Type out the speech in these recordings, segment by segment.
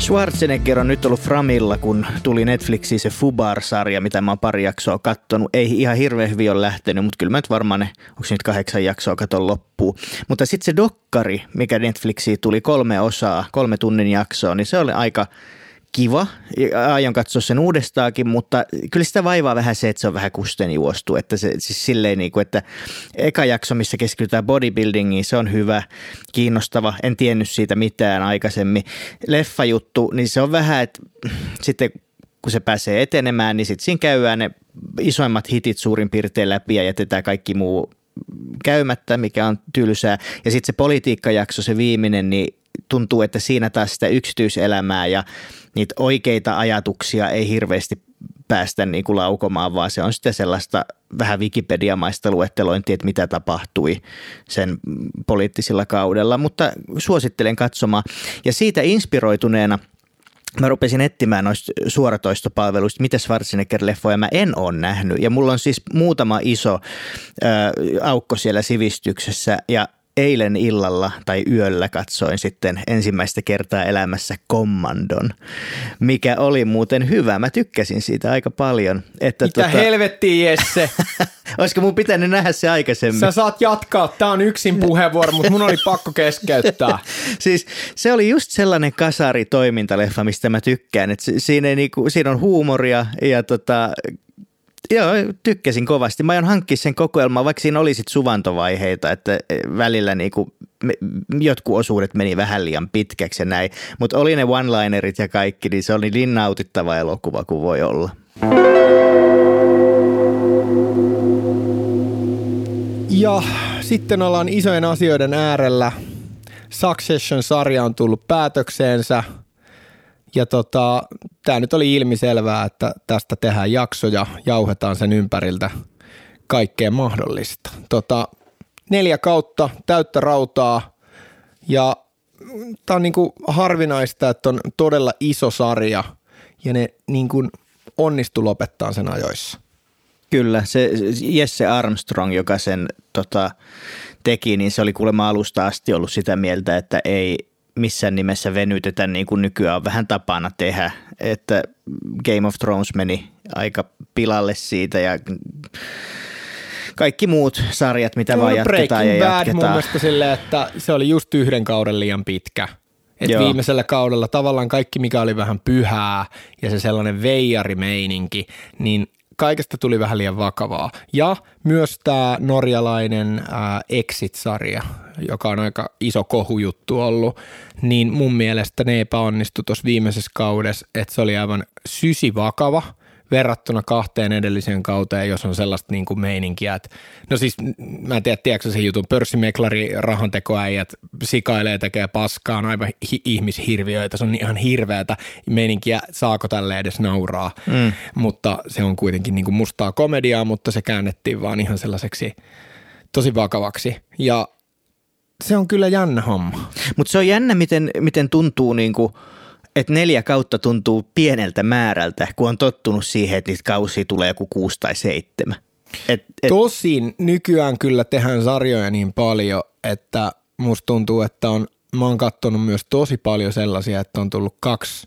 Schwarzenegger on nyt ollut framilla, kun tuli Netflixiin se Fubar-sarja, mitä mä oon pari jaksoa kattonut. Ei ihan hirveän hyvin ole lähtenyt, mutta kyllä mä nyt varmaan onko nyt 8 jaksoa katon loppuun. Mutta sitten se dokkari, mikä Netflixiin tuli 3 osaa, 3 tunnin jaksoa, niin se oli aika kiva. Aion katsoa sen uudestaakin, mutta kyllä sitä vaivaa vähän se, että se on vähän kusten juostu. Että se siis silleen niin kuin, että eka jakso, missä keskitytään bodybuildingiin, se on hyvä, kiinnostava. En tiennyt siitä mitään aikaisemmin. Leffajuttu, niin se on vähän, että sitten kun se pääsee etenemään, niin sitten siinä käydään ne isoimmat hitit suurin piirtein läpi ja jätetään kaikki muu käymättä, mikä on tylsää. Ja sitten se politiikkajakso, se viimeinen, niin tuntuu, että siinä taas sitä yksityiselämää ja niitä oikeita ajatuksia ei hirveästi päästä niin kuin laukomaan, vaan se on sitten sellaista vähän Wikipedia-maista luettelointia, että mitä tapahtui sen poliittisilla kaudella, mutta suosittelen katsomaan. Ja siitä inspiroituneena mä rupesin etsimään noista suoratoistopalveluista, mitä Schwarzenegger-leffoja mä en ole nähnyt. Ja mulla on siis muutama iso aukko siellä sivistyksessä ja eilen illalla tai yöllä katsoin sitten ensimmäistä kertaa elämässä Commandon, mikä oli muuten hyvä. Mä tykkäsin siitä aika paljon. Että mitä helvettiä, Jesse? Olisiko mun pitänyt nähdä se aikaisemmin? Sä saat jatkaa. Tää on yksin puheenvuoro, mutta mun oli pakko keskeyttää. Siis se oli just sellainen kasaritoimintaleffa, mistä mä tykkään. Että siinä on huumoria ja joo, tykkäsin kovasti. Mä aion hankkia sen kokoelmaa, vaikka siinä oli sit suvantovaiheita, että välillä jotkut osuudet meni vähän liian pitkäksi ja näin. Mutta oli ne one-linerit ja kaikki, niin se oli niin nautittava elokuva kuin voi olla. Ja sitten ollaan isojen asioiden äärellä. Succession-sarja on tullut päätökseensä. Ja tämä nyt oli ilmiselvää, että tästä tehdään jakso ja jauhetaan sen ympäriltä kaikkea mahdollista. 4 kautta, täyttä rautaa ja tämä on niinku harvinaista, että on todella iso sarja ja ne niinku onnistu lopettaa sen ajoissa. Kyllä, se Jesse Armstrong, joka sen teki, niin se oli kuulemma alusta asti ollut sitä mieltä, että ei missään nimessä venytetä niin kuin nykyään on vähän tapana tehdä, että Game of Thrones meni aika pilalle siitä ja kaikki muut sarjat, mitä vaan jatketaan ja jatketaan. Breaking Bad mun mielestä silleen, että se oli just 1 kauden liian pitkä. Et viimeisellä kaudella tavallaan kaikki, mikä oli vähän pyhää ja se sellainen veijarimeininki, niin kaikesta tuli vähän liian vakavaa. Ja myös tämä norjalainen Exit-sarja, joka on aika iso kohujuttu ollut, niin mun mielestä ne epäonnistui tuossa viimeisessä kaudessa, että se oli aivan sysivakava verrattuna 2 edelliseen kauteen, jos on sellaista niin kuin meininkiä, että no siis mä en tiedä, tiedätkö sen jutun, pörssimeklari, rahantekoäijät sikailee, tekee paskaa, on aivan ihmishirviöitä, se on ihan hirveätä meininkiä, saako tälle edes nauraa, mutta se on kuitenkin niin kuin mustaa komediaa, mutta se käännettiin vaan ihan sellaiseksi tosi vakavaksi ja se on kyllä jännä homma. Mutta se on jännä, miten tuntuu niinku että 4 kautta tuntuu pieneltä määrältä, kun on tottunut siihen, että niitä kausia tulee joku 6 tai 7. Tosin nykyään kyllä tehdään sarjoja niin paljon, että musta tuntuu, että mä oon katsonut myös tosi paljon sellaisia, että on tullut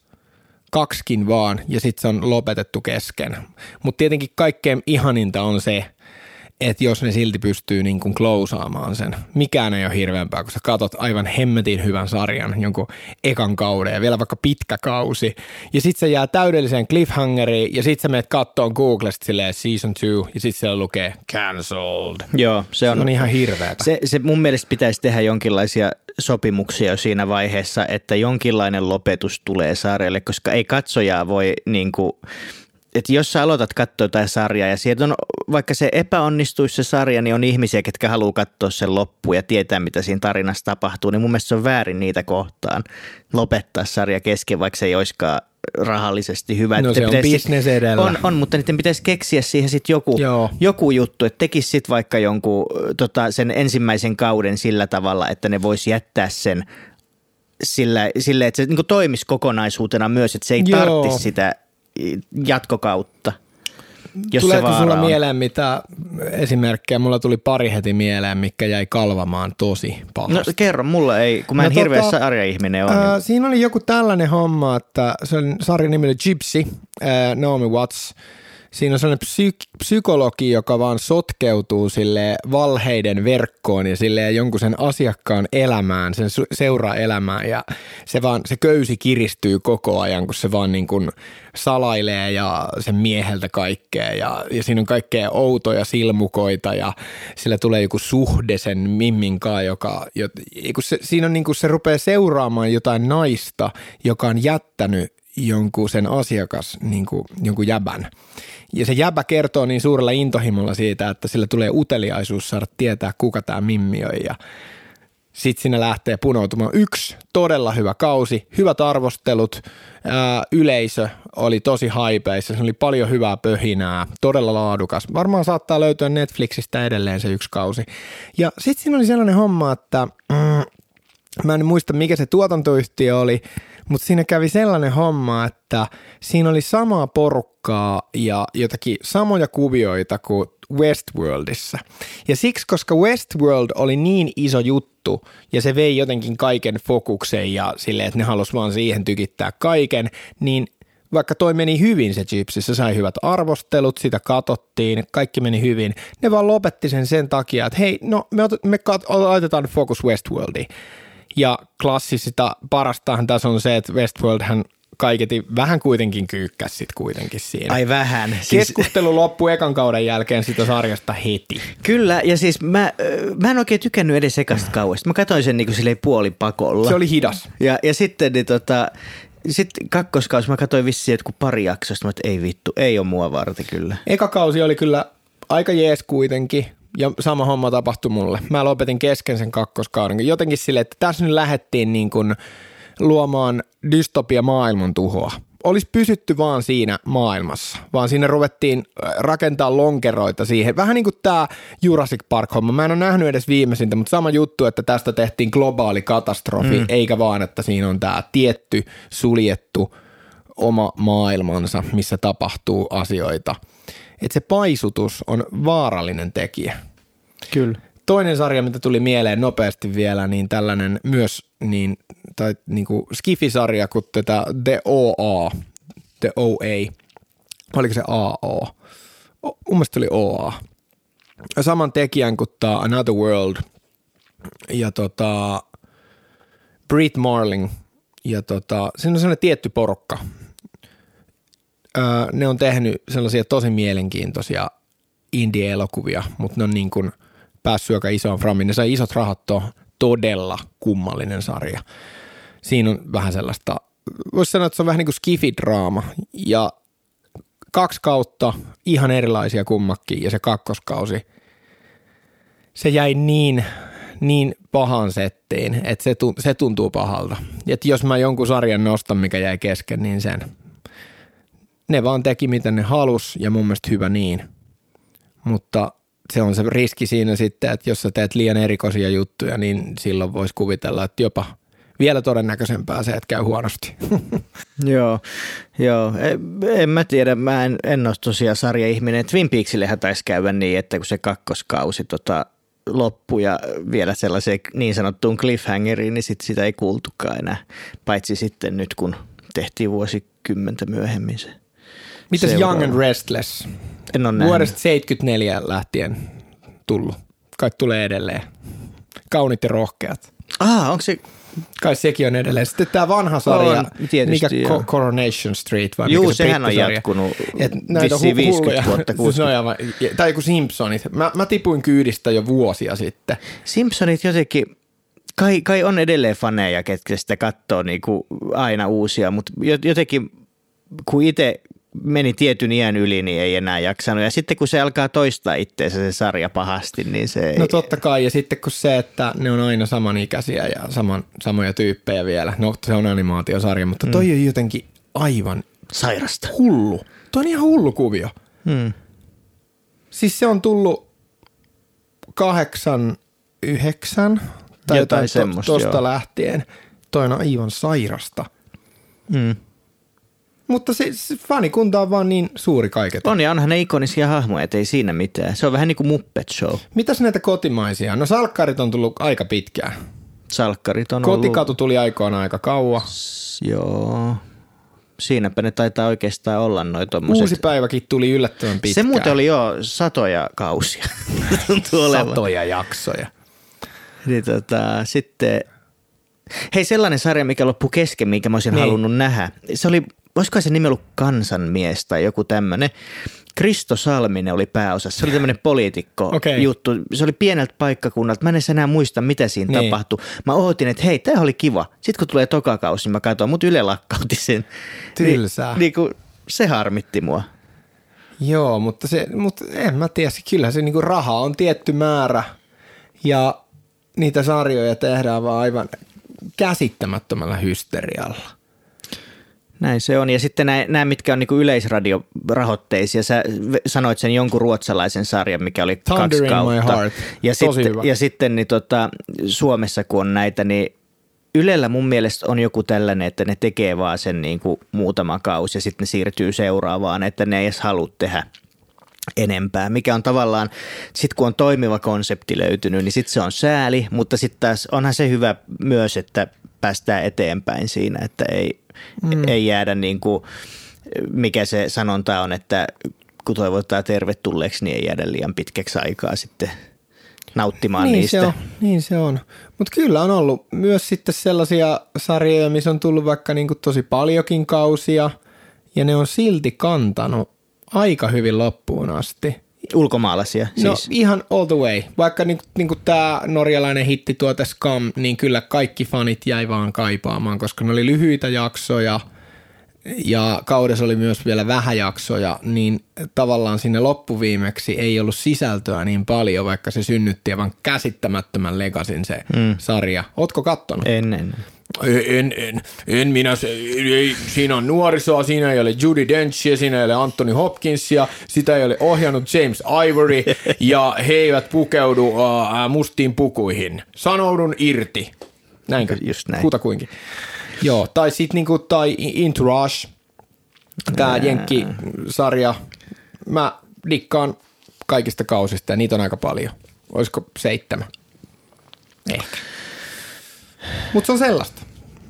2 vaan ja sitten se on lopetettu kesken. Mutta tietenkin kaikkein ihaninta on se, että jos ne silti pystyy niin kuin klousaamaan sen. Mikään ei ole hirveämpää, kun sä katot aivan hemmetin hyvän sarjan, jonkun ekan kauden ja vielä vaikka pitkä kausi. Ja sit se jää täydelliseen cliffhangeriin ja sit sä menet kattoon Googlesta silleen season 2 ja sit siellä lukee cancelled. Joo, se on ihan hirveätä. Se mun mielestä pitäisi tehdä jonkinlaisia sopimuksia jo siinä vaiheessa, että jonkinlainen lopetus tulee sarjalle, koska ei katsojaa voi niinku että jos sä aloitat katsoa jotain sarjaa ja sieltä on, vaikka se epäonnistuisi se sarja, niin on ihmisiä, ketkä haluaa katsoa sen loppuun ja tietää, mitä siinä tarinassa tapahtuu, niin mun mielestä se on väärin niitä kohtaan lopettaa sarja kesken, vaikka se ei olisikaan rahallisesti hyvä. No se on business edellä. On, mutta niiden pitäisi keksiä siihen sitten joku juttu, että tekisi sitten vaikka jonkun sen ensimmäisen kauden sillä tavalla, että ne voisi jättää sen sillä että se niin toimisi kokonaisuutena myös, että se ei tarvitsisi sitä jatkokautta. tuleeko sulla mieleen mitä esimerkkejä? Mulla tuli pari heti mieleen, mikä jäi kalvamaan tosi pahasti. No kerro, mulla ei, kun mä en hirveä sarjaihminen ole. Niin. Siinä oli joku tällainen homma, että se on sarjan nimi Gypsy, Naomi Watts. Siinä on sellainen psykologi, joka vaan sotkeutuu sille valheiden verkkoon ja sille jonkun sen asiakkaan elämään, sen seuraa elämään ja se köysi kiristyy koko ajan, kun se vaan niin kuin salailee ja sen mieheltä kaikkea ja siinä on kaikkea outoja silmukoita ja sillä tulee joku suhde sen mimminkaan, siinä on niin kuin se rupeaa seuraamaan jotain naista, joka on jättänyt jonkun sen asiakas, niin kuin jonkun jäbän. Ja se jäbä kertoo niin suurella intohimolla siitä, että sillä tulee uteliaisuus saada tietää, kuka tämä mimmi on. Ja sitten siinä lähtee punoutumaan yksi todella hyvä kausi, hyvät arvostelut, yleisö oli tosi haipeissa, se oli paljon hyvää pöhinää, todella laadukas. Varmaan saattaa löytyä Netflixistä edelleen se yksi kausi. Ja sitten siinä oli sellainen homma, että mä en muista mikä se tuotantoyhtiö oli, mutta siinä kävi sellainen homma, että siinä oli samaa porukkaa ja jotakin samoja kuvioita kuin Westworldissa. Ja siksi, koska Westworld oli niin iso juttu ja se vei jotenkin kaiken fokuksen ja silleen, että ne halusi vaan siihen tykittää kaiken, niin vaikka toi meni hyvin se Gypsy, se sai hyvät arvostelut, sitä katsottiin, kaikki meni hyvin. Ne vaan lopetti sen takia, että hei, no me laitetaan fokus Westworldiin. Ja klassista parastahan tässä on se, että Westworldhän kaiketi vähän kuitenkin kyykkäsi sit kuitenkin siinä. Ai vähän. Keskustelu loppui ekan kauden jälkeen sitä sarjasta heti. Kyllä, ja siis mä en oikein tykännyt edes ekasta kauesta. Mä katsoin sen niinku silleen puolipakolla. Se oli hidas. Ja sitten niin sitten kakkoskausi mä katsoin vissiin jotkut pari jaksosta, mutta ei vittu, ei ole mua varten kyllä. Eka kausi oli kyllä aika jees kuitenkin. Ja sama homma tapahtui mulle. Mä lopetin kesken sen kakkoskauden. Jotenkin silleen, että tässä nyt lähdettiin niin kuin luomaan dystopia maailman tuhoa. Olisi pysytty vaan siinä maailmassa, vaan siinä ruvettiin rakentaa lonkeroita siihen. Vähän niin kuin tämä Jurassic Park-homma. Mä en ole nähnyt edes viimeisintä, mutta sama juttu, että tästä tehtiin globaali katastrofi, eikä vaan, että siinä on tämä tietty, suljettu oma maailmansa, missä tapahtuu asioita. Että se paisutus on vaarallinen tekijä. Kyllä. Toinen sarja, mitä tuli mieleen nopeasti vielä, niin tällainen myös niinku skifisarja kuin tätä The OA. Oliko se AO? Mun mielestä oli OA. Saman tekijän kuin tämä Another World ja Brit Marling ja siinä on sellainen tietty porukka. Ne on tehnyt sellaisia tosi mielenkiintoisia indie-elokuvia, mutta ne on niin kuin päässyt aika isoon frammiin. Ne sai isot rahat, todella kummallinen sarja. Siinä on vähän sellaista, voisi sanoa, että se on vähän niin kuin skifi-draama ja 2 kautta ihan erilaisia kummakin ja se kakkoskausi, se jäi niin pahan settiin, että se tuntuu pahalta. Että jos mä jonkun sarjan nostan, mikä jäi kesken, niin sen. Ne vaan teki, mitä ne halus ja mun mielestä hyvä niin, mutta se on se riski siinä sitten, että jos sä teet liian erikoisia juttuja, niin silloin voisi kuvitella, että jopa vielä todennäköisempää se, että käy huonosti. Joo. En mä tiedä, mä en ole tosiaan sarjaihminen. Twin Peaksillehän taisi käydä niin, että kun se kakkoskausi loppui ja vielä sellaiseen niin sanottuun cliffhangeriin, niin sitä ei kuultukaan enää, paitsi sitten nyt kun tehtiin vuosikymmentä myöhemmin se. Mitäs Young and Restless? En ole nähnyt. Vuodesta 1974 lähtien tullut. Kai tulee edelleen. Kaunit ja rohkeat. Onko se? Kai sekin on edelleen. Sitten tämä vanha sarja, mikä Coronation Street vai mikä se sehän on jatkunut vissiin 50 vuotta. Tai joku Simpsonit. Mä tipuin kyydistä jo vuosia sitten. Simpsonit jotenkin, kai on edelleen faneja, ketkä sitä katsoo niinku aina uusia, mutta jotenkin kun itse meni tietyn iän yli, niin ei enää jaksanut. Ja sitten kun se alkaa toistaa itseensä se sarja pahasti, niin se ei. No totta kai, ja sitten kun se, että ne on aina samanikäisiä ja samoja tyyppejä vielä. No se on animaatiosarja, mutta toi on jotenkin aivan sairasta. Hullu. Toi on ihan hullu kuvio. Siis se on tullut 8-9 tai jotain semmoista tosta lähtien. Toi on aivan sairasta. Mutta se fanikunta on vaan niin suuri kaiket. On ja onhan ne ikonisia hahmoja, et ei siinä mitään. Se on vähän niin kuin Muppet Show. Mitäs näitä kotimaisia? No salkkarit on tullut aika pitkään. Salkkarit on Kotikatu tuli aikoina aika kauan. Joo. Siinäpä ne taitaa oikeastaan olla noin tommoset. Uusi päiväkin tuli yllättävän pitkään. Se muuten oli jo satoja kausia. Satoja jaksoja. Niin sitten, hei sellainen sarja, mikä loppui kesken, minkä mä olisin halunnut nähdä. Se oli, olisiko se nimi ollut Kansanmies tai joku tämmöinen. Kristo Salminen oli pääosassa. Se oli tämmöinen poliitikko juttu. Se oli pieneltä paikkakunnalta. Mä en edes enää muista, mitä siinä tapahtui. Mä ootin, että hei, tää oli kiva. Sitten kun tulee toka kausi, mä katsoin, mut Yle lakkautti sen. Tylsää. Se harmitti mua. Joo, mutta en mä tiedä. Kyllähän se niinku rahaa on tietty määrä ja niitä sarjoja tehdään vaan aivan käsittämättömällä hysterialla. Näin se on. Ja sitten nämä mitkä on niinku yleisradiorahoitteisia. Sä sanoit sen jonkun ruotsalaisen sarjan, mikä oli Thunder 2 kautta. in my heart. Ja sitten niin Suomessa, kun on näitä, niin Ylellä mun mielestä on joku tällainen, että ne tekee vaan sen niinku muutama kausi ja sitten ne siirtyy seuraavaan, että ne ei edes halua tehdä enempää, mikä on tavallaan, sit kun on toimiva konsepti löytynyt, niin sitten se on sääli, mutta sitten taas onhan se hyvä myös, että päästään eteenpäin siinä, että ei jäädä niin kuin, mikä se sanonta on, että kun toivotaan tervetulleeksi, niin ei jäädä liian pitkäksi aikaa sitten nauttimaan niistä. Niin se on. Mutta kyllä on ollut myös sitten sellaisia sarjoja, missä on tullut vaikka niinku tosi paljonkin kausia, ja ne on silti kantanut aika hyvin loppuun asti. Ulkomaalaisia siis? No ihan all the way. Vaikka niinku tämä norjalainen hitti tuota Scam, niin kyllä kaikki fanit jäi vaan kaipaamaan, koska ne oli lyhyitä jaksoja ja kaudessa oli myös vielä vähän jaksoja, niin tavallaan sinne loppuviimeksi ei ollut sisältöä niin paljon, vaikka se synnytti aivan käsittämättömän legasin se sarja. Ootko kattonut? En. En minä, siinä on nuorisoa, siinä ei ole Judi Denchia, siinä ei ole Anthony Hopkinsia, sitä ei ole ohjannut James Ivory ja he eivät pukeudu mustiin pukuihin. Sanoudun irti. Näinkö? Just näin. Kutakuinkin. Joo, tai sitten niinku, tai Into Rush, tää Jenkki-sarja. Mä dikkaan kaikista kausista ja niitä on aika paljon. Olisiko 7? Ehkä. Mutta se on sellaista.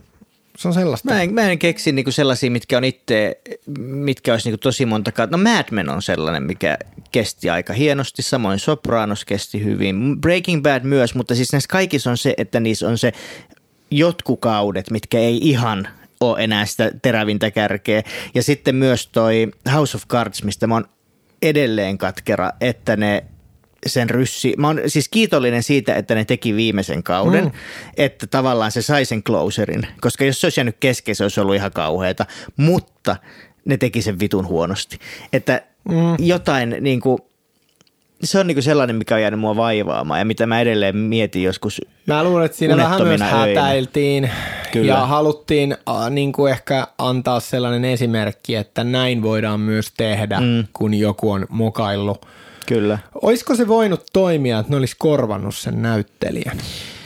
Mä en keksi niinku sellaisia, mitkä on mitkä olisi niinku tosi monta kautta. No Mad Men on sellainen, mikä kesti aika hienosti. Samoin Sopranos kesti hyvin. Breaking Bad myös, mutta siis näissä kaikissa on se, että niissä on se jotkut kaudet, mitkä ei ihan ole enää sitä terävintä kärkeä. Ja sitten myös toi House of Cards, mistä mä oon edelleen katkera, että ne sen ryssi. Mä oon siis kiitollinen siitä, että ne teki viimeisen kauden, että tavallaan se sai sen closerin, koska jos se olisi jäänyt kesken, se olisi ollut ihan kauheata, mutta ne teki sen vitun huonosti. Että jotain niinku, se on niinku sellainen, mikä on jäänyt mua vaivaamaan ja mitä mä edelleen mietin joskus. Mä luulen, että siinä vähän myös hätäiltiin ja haluttiin niinku ehkä antaa sellainen esimerkki, että näin voidaan myös tehdä, kun joku on mokaillut. Kyllä. Olisiko se voinut toimia, että ne olisi korvannut sen näyttelijän?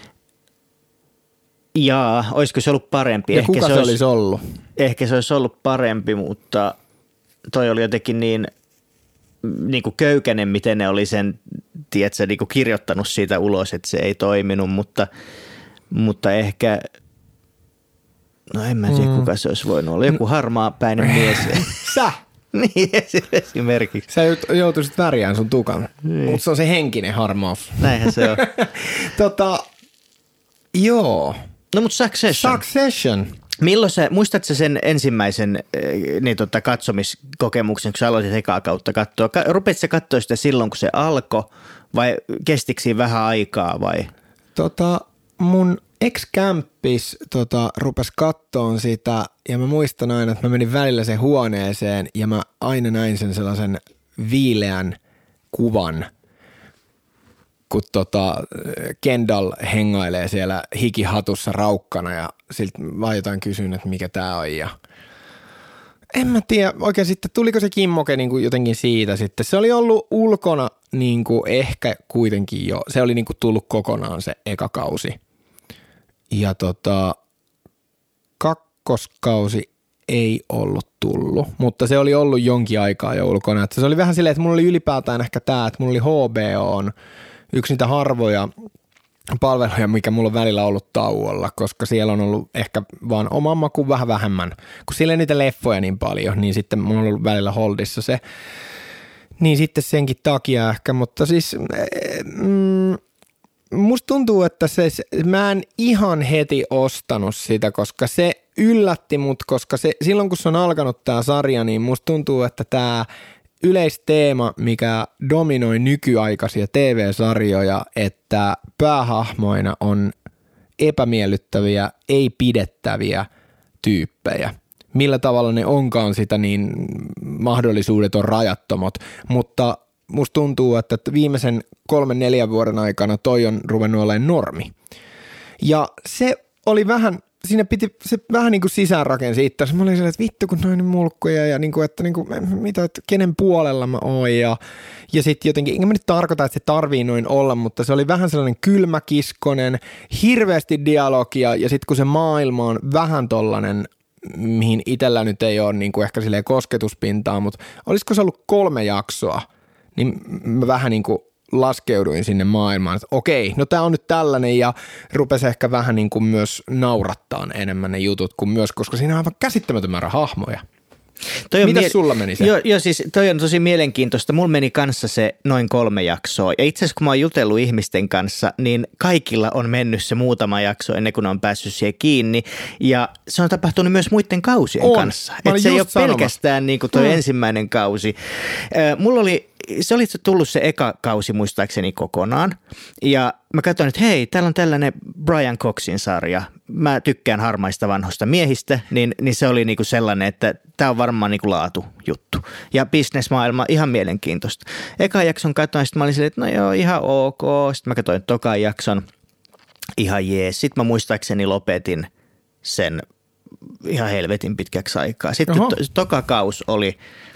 Jaa, olisiko se ollut parempi? Ja ehkä kuka se olisi ollut? Ehkä se olisi ollut parempi, mutta toi oli jotenkin niin kuin köykäinen, miten ne oli sen, tiedätkö, niin kuin kirjoittanut siitä ulos, että se ei toiminut, mutta ehkä, no en mä tiedä, kuka se olisi voinut olla. Joku harmaapäinen mies. Sä! Niin, esimerkiksi. Sä joutuisit värjään sun tukan, mutta se on se henkinen harmaus. Näinhän se on. Joo. No mutta Succession. Milloin muistatko sä sen ensimmäisen katsomiskokemuksen, kun sä aloitit ekaa kautta katsoa? Rupetko sä katsoa sitä silloin, kun se alkoi vai kestikö siinä vähän aikaa vai? Mun ex-kämppis rupesi kattoon sitä ja mä muistan aina, että mä menin välillä sen huoneeseen ja mä aina näin sen sellaisen viileän kuvan, kun Kendall hengailee siellä hikihatussa raukkana ja siltä vaan jotain kysyn, että mikä tää on ja en mä tiedä oikein sitten, tuliko se kimmoke niin kuin jotenkin siitä sitten. Se oli ollut ulkona niin kuin ehkä kuitenkin jo, se oli niin kuin tullut kokonaan se eka kausi. Ja kakkoskausi ei ollut tullut, mutta se oli ollut jonkin aikaa jo ulkona. Että se oli vähän silleen, että mulla oli ylipäätään ehkä tämä, että mulla oli HBO on yksi niitä harvoja palveluja, mikä mulla on välillä ollut tauolla, koska siellä on ollut ehkä vaan oma maku vähän vähemmän. Kun siellä ei niitä leffoja niin paljon, niin sitten mulla on ollut välillä holdissa se. Niin sitten senkin takia ehkä, mutta siis musta tuntuu, että mä en ihan heti ostanut sitä, koska se yllätti mut, koska silloin kun se on alkanut tää sarja, niin musta tuntuu, että tää yleisteema, mikä dominoi nykyaikaisia TV-sarjoja, että päähahmoina on epämiellyttäviä, ei pidettäviä tyyppejä. Millä tavalla ne onkaan sitä, niin mahdollisuudet on rajattomat, mutta musta tuntuu, että viimeisen 3-4 vuoden aikana toi on ruvennut olemaan normi. Ja se oli vähän, siinä piti se vähän niin kuin sisäänrakensi itse. Mä olin silleen, että vittu kun noin mulkkuja ja niin kuin, että niin kuin, mitä, että kenen puolella mä oon ja sitten jotenkin, enkä mä nyt tarkoita, että se tarvii noin olla, mutta se oli vähän sellainen kylmäkiskonen, hirveästi dialogia ja sitten kun se maailma on vähän tollainen, mihin itsellä nyt ei ole niin kuin ehkä silleen kosketuspintaa, mutta olisiko se ollut 3 jaksoa, niin mä vähän niin kuin laskeuduin sinne maailmaan, että okei, no tää on nyt tällainen ja rupesi ehkä vähän niin kuin myös naurattaa enemmän ne jutut kuin myös, koska siinä on aivan käsittämätön määrä hahmoja. Mitäs sulla meni se? Joo, siis toi on tosi mielenkiintoista. Mulla meni kanssa se noin 3 jaksoa. Ja itse asiassa kun mä oon jutellut ihmisten kanssa, niin kaikilla on mennyt se muutama jakso ennen kuin ne on päässyt siihen kiinni. Ja se on tapahtunut myös muiden kausien kanssa. Että se ei ole pelkästään niin kuin toi ensimmäinen kausi. Mulla oli se oli tullut se eka kausi muistaakseni kokonaan ja mä katsoin, että hei, täällä on tällainen Brian Coxin sarja. Mä tykkään harmaista vanhoista miehistä, niin se oli niinku sellainen, että tää on varmaan niinku laatujuttu. Ja bisnesmaailma ihan mielenkiintoista. Eka jakson katsoin, sitten mä olin silleen, että no joo, ihan ok. Sitten mä katsoin tokan jakson, ihan jees. Sitten mä muistaakseni lopetin sen ihan helvetin pitkäksi aikaa. Sitten toka kaus oli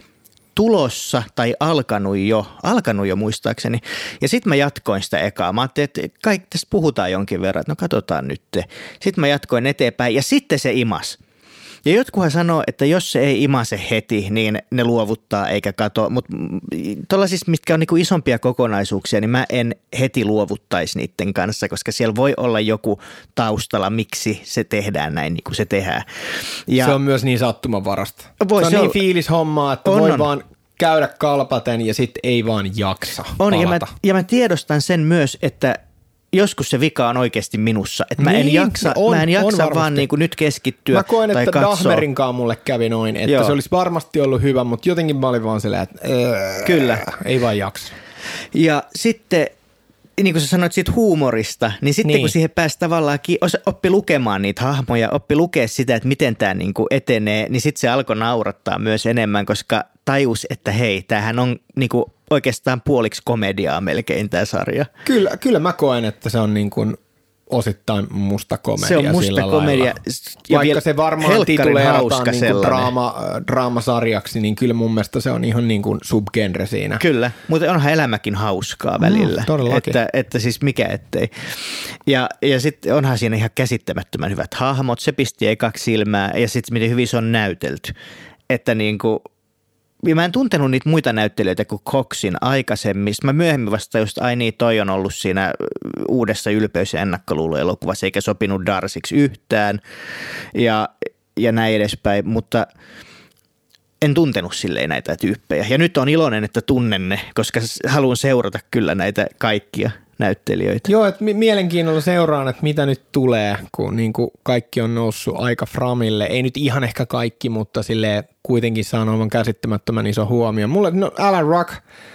tulossa tai alkanut jo muistaakseni. Ja sitten mä jatkoin sitä ekaa. Mä ajattelin, että kaikki tästä puhutaan jonkin verran, että no katsotaan nyt. Sitten mä jatkoin eteenpäin ja sitten se imas. Ja jotkuhan sanoo, että jos se ei imase heti, niin ne luovuttaa eikä kato. Mutta tuollaisissa, mitkä on niinku isompia kokonaisuuksia, niin mä en heti luovuttaisi niiden kanssa, koska siellä voi olla joku taustalla, miksi se tehdään näin niin kuin se tehdään. Ja se on myös niin sattumanvarasta. Se on niin fiilishommaa, että voi vaan käydä kalpaten ja sitten ei vaan jaksa palata. Ja mä tiedostan sen myös, että joskus se vika on oikeasti minussa, että mä en jaksa vaan niin kuin nyt keskittyä tai katsoa. Mä koen, että Dahmerinkaan mulle kävi noin, että se olisi varmasti ollut hyvä, mutta jotenkin mä olin vaan silleen, että kyllä, ei vaan jaksa. Ja sitten, niin kuin sä sanoit siitä huumorista, niin sitten kun siihen pääsi tavallaan, oppi lukemaan niitä hahmoja, oppi lukea sitä, että miten tämä niin kuin etenee, niin sitten se alkoi naurattaa myös enemmän, koska tajus, että hei, tämähän on niin kuin oikeastaan puoliksi komediaa melkein tämä sarja. Kyllä mä koen, että se on niin kuin osittain musta komedia. Se on musta komedia. Vaikka se varmaan tituleerataan niin kuin draamasarjaksi, niin kyllä mun mielestä se on ihan niin kuin subgenre siinä. Kyllä, mutta onhan elämäkin hauskaa välillä. Että siis mikä ettei. Ja sitten onhan siinä ihan käsittämättömän hyvät hahmot. Se pisti ekaksi silmää ja sitten miten hyvin se on näytelty. Että niin kuin ja mä en tuntenut niitä muita näyttelijöitä kuin Coxin aikaisemmin. Mä myöhemmin vasta just, toi on ollut siinä uudessa Ylpeys- ja ennakkoluulo-elokuvassa, eikä sopinut Darcyksi yhtään ja näin edespäin, mutta en tuntenut silleen näitä tyyppejä. Ja nyt on iloinen, että tunnen ne, koska haluan seurata kyllä näitä kaikkia näyttelijöitä. Joo, että mielenkiinnolla seuraan, että mitä nyt tulee, kun niin kuin kaikki on noussut aika framille. Ei nyt ihan ehkä kaikki, mutta silleen kuitenkin saanut oman käsittämättömän iso huomio. Mulle, Alan Ruck,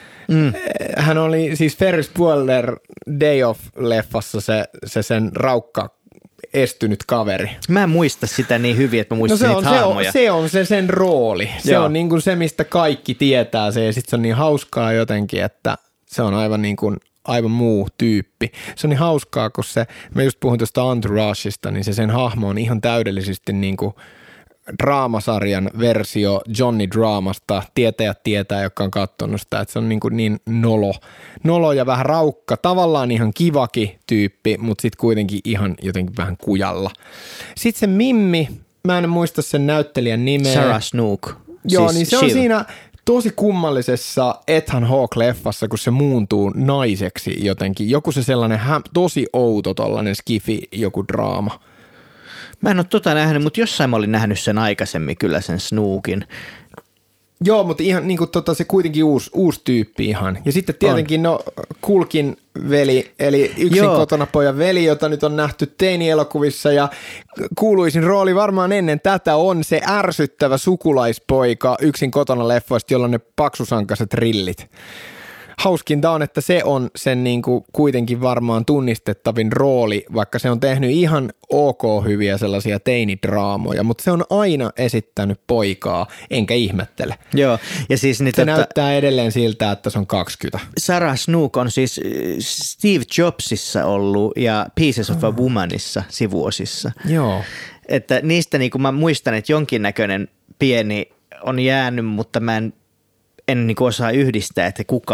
hän oli siis Ferris Bueller Day Off-leffassa se sen raukka estynyt kaveri. Mä en muista sitä niin hyvin, että mä muistan niitä hahmoja. Se on sen rooli. Se on niin kuin se, mistä kaikki tietää se ja sitten se on niin hauskaa jotenkin, että se on aivan niin kuin aivan muu tyyppi. Se on niin hauskaa, kun mä just puhun tuosta Entourageista, niin se sen hahmo on ihan täydellisesti niin kuin draamasarjan versio Johnny Dramasta. Tietäjät tietää, jotka on katsonut sitä, että se on niin nolo ja vähän raukka. Tavallaan ihan kivakin tyyppi, mutta sitten kuitenkin ihan jotenkin vähän kujalla. Sitten se Mimmi, mä en muista sen näyttelijän nimeä. Sarah Snook. Joo, siis niin se on siinä tosi kummallisessa Ethan Hawke-leffassa, kun se muuntuu naiseksi jotenkin. Joku se sellainen tosi outo tollainen skifi, joku draama. Mä en ole nähnyt, mutta jossain mä olin nähnyt sen aikaisemmin kyllä sen Snookin. Joo, mutta ihan niin kuin se kuitenkin uusi tyyppi ihan. Ja sitten tietenkin Kulkin veli, eli yksin kotona pojan veli, jota nyt on nähty teini-elokuvissa ja kuuluisin rooli varmaan ennen tätä on se ärsyttävä sukulaispoika yksin kotona leffoista, jolla on ne paksusankaiset rillit. Hauskinta on, että se on sen niin kuin kuitenkin varmaan tunnistettavin rooli, vaikka se on tehnyt ihan ok hyviä sellaisia teinidraamoja, mutta se on aina esittänyt poikaa, enkä ihmettele. Joo, ja siis se näyttää edelleen siltä, että se on 20. Sarah Snook on siis Steve Jobsissa ollut ja Pieces of a Womanissa sivuosissa. Joo. Että niistä niin kuin mä muistan, että jonkinnäköinen pieni on jäänyt, mutta mä en niin kuin osaa yhdistää, että kuka.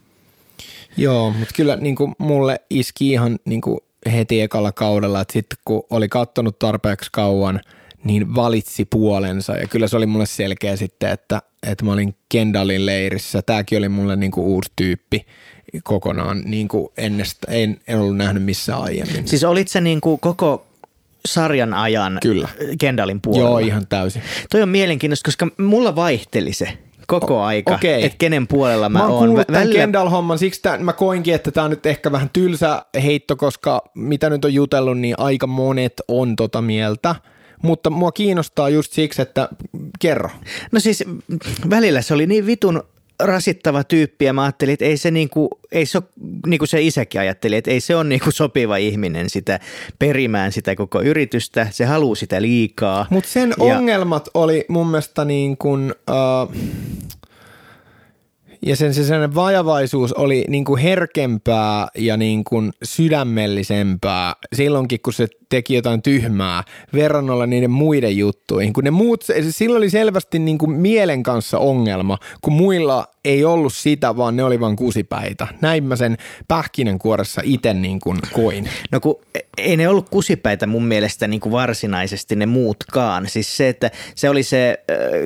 Joo, mutta kyllä niin kuin mulle iski ihan niin kuin heti ekalla kaudella, että sitten kun oli katsonut tarpeeksi kauan, niin valitsi puolensa. Ja kyllä se oli mulle selkeä sitten, että mä olin Kendallin leirissä. Tämäkin oli mulle niin kuin uusi tyyppi kokonaan niin kuin ennestään. En ollut nähnyt missään aiemmin. Siis olit sä niin kuin koko sarjan ajan kyllä Kendallin puolella? Joo, ihan täysin. Toi on mielenkiintoista, koska mulla vaihteli se koko aika, että kenen puolella mä oon. Mä oon kuullut tämän Kendall-homman, siksi mä koinkin, että tää on nyt ehkä vähän tylsä heitto, koska mitä nyt on jutellut, niin aika monet on tota mieltä. Mutta mua kiinnostaa just siksi, että kerro. No siis välillä se oli niin vitun rasittava tyyppi ja mä ajattelin, että ei se ole, niin kuin se isäkin ajatteli, että ei se ole niin kuin sopiva ihminen sitä perimään sitä koko yritystä, se haluaa sitä liikaa. Mutta sen ongelmat oli mun mielestä niin kuin, ja sen sellainen vajavaisuus oli niin kuin herkempää ja niin kuin sydämellisempää silloinkin, kun se teki jotain tyhmää verrannolla niiden muiden juttuihin. Kun ne muut, silloin oli selvästi niin kuin mielen kanssa ongelma, kun muilla ei ollut sitä, vaan ne oli vaan kusipäitä. Näin mä sen pähkinänkuoressa itse niin kuin koin. No kun ei ne ollut kusipäitä mun mielestä niin kuin varsinaisesti ne muutkaan. Siis se, että se oli se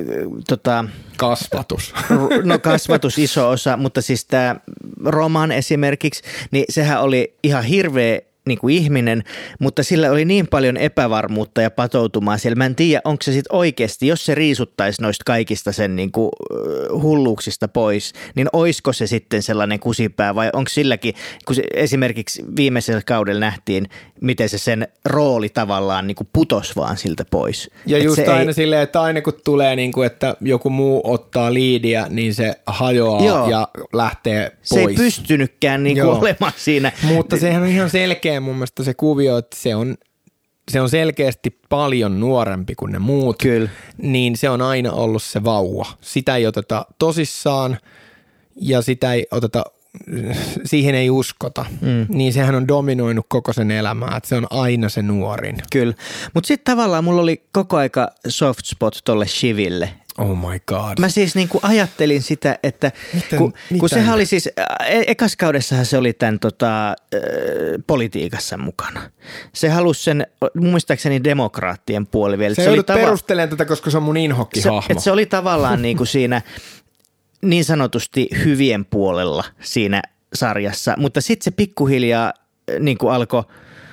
kasvatus. No kasvatus iso osa, mutta siis tämä Roman esimerkiksi, niin sehän oli ihan hirveä niin kuin ihminen, mutta sillä oli niin paljon epävarmuutta ja patoutumaa siellä. Mä en tiedä, onko se sitten oikeasti, jos se riisuttaisi noista kaikista sen niin kuin hulluuksista pois, niin oisko se sitten sellainen kusipää vai onko silläkin, kun esimerkiksi viimeisellä kaudella nähtiin, miten se sen rooli tavallaan niin kuin putosi vaan siltä pois. Ja just aina silleen, että aina kun tulee, niin kuin, että joku muu ottaa liidiä, niin se hajoaa ja lähtee pois. Se ei pystynytkään niin kuin olemaan siinä. Mutta sehän on ihan selkeä mun mielestä se kuvio, että se on selkeästi paljon nuorempi kuin ne muut. Kyllä. Niin se on aina ollut se vauva. Sitä ei oteta tosissaan ja sitä ei oteta, siihen ei uskota. Niin sehän on dominoinut koko sen elämää, että se on aina se nuorin. Kyllä, mutta sitten tavallaan mulla oli koko aika soft spot tolle Shiville. Oh my god. Mä siis niin kuin ajattelin sitä, että kun sehän oli siis, ekas kaudessahan se oli tämän politiikassa mukana. Se halusi sen, muistaakseni demokraattien puoli vielä. Se joudut perustelemaan tätä, koska se on mun inhokkihahmo. Se oli tavallaan niin kuin siinä niin sanotusti hyvien puolella siinä sarjassa, mutta sitten se pikkuhiljaa niin kuin alkoi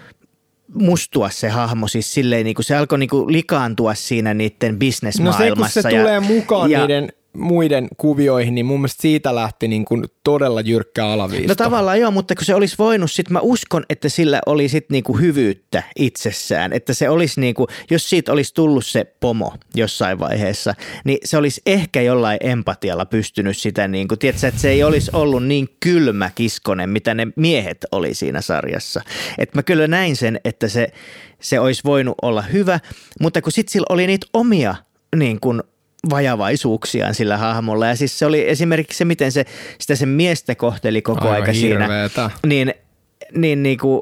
mustua se hahmo, siis silleen niin kuin se alkoi niin kuin likaantua siinä niiden bisnesmaailmassa. No se, kun se tulee mukaan niiden muiden kuvioihin, niin mun mielestä siitä lähti niin kuin todella jyrkkä alaviisto. No tavallaan joo, mutta kun se olisi voinut, sit mä uskon, että sillä oli sit niinku hyvyyttä itsessään, että se olisi niinku, jos siitä olisi tullut se pomo jossain vaiheessa, niin se olisi ehkä jollain empatialla pystynyt sitä niinku, tiedätkö, että se ei olisi ollut niin kylmä kiskonen, mitä ne miehet oli siinä sarjassa. Että mä kyllä näin sen, että se olisi voinut olla hyvä, mutta kun sit sillä oli niitä omia niin kuin vajavaisuuksiaan sillä hahmolla. Ja siis se oli esimerkiksi se, miten sitä sen miestä kohteli koko aika hirveetä. Siinä. Niinku,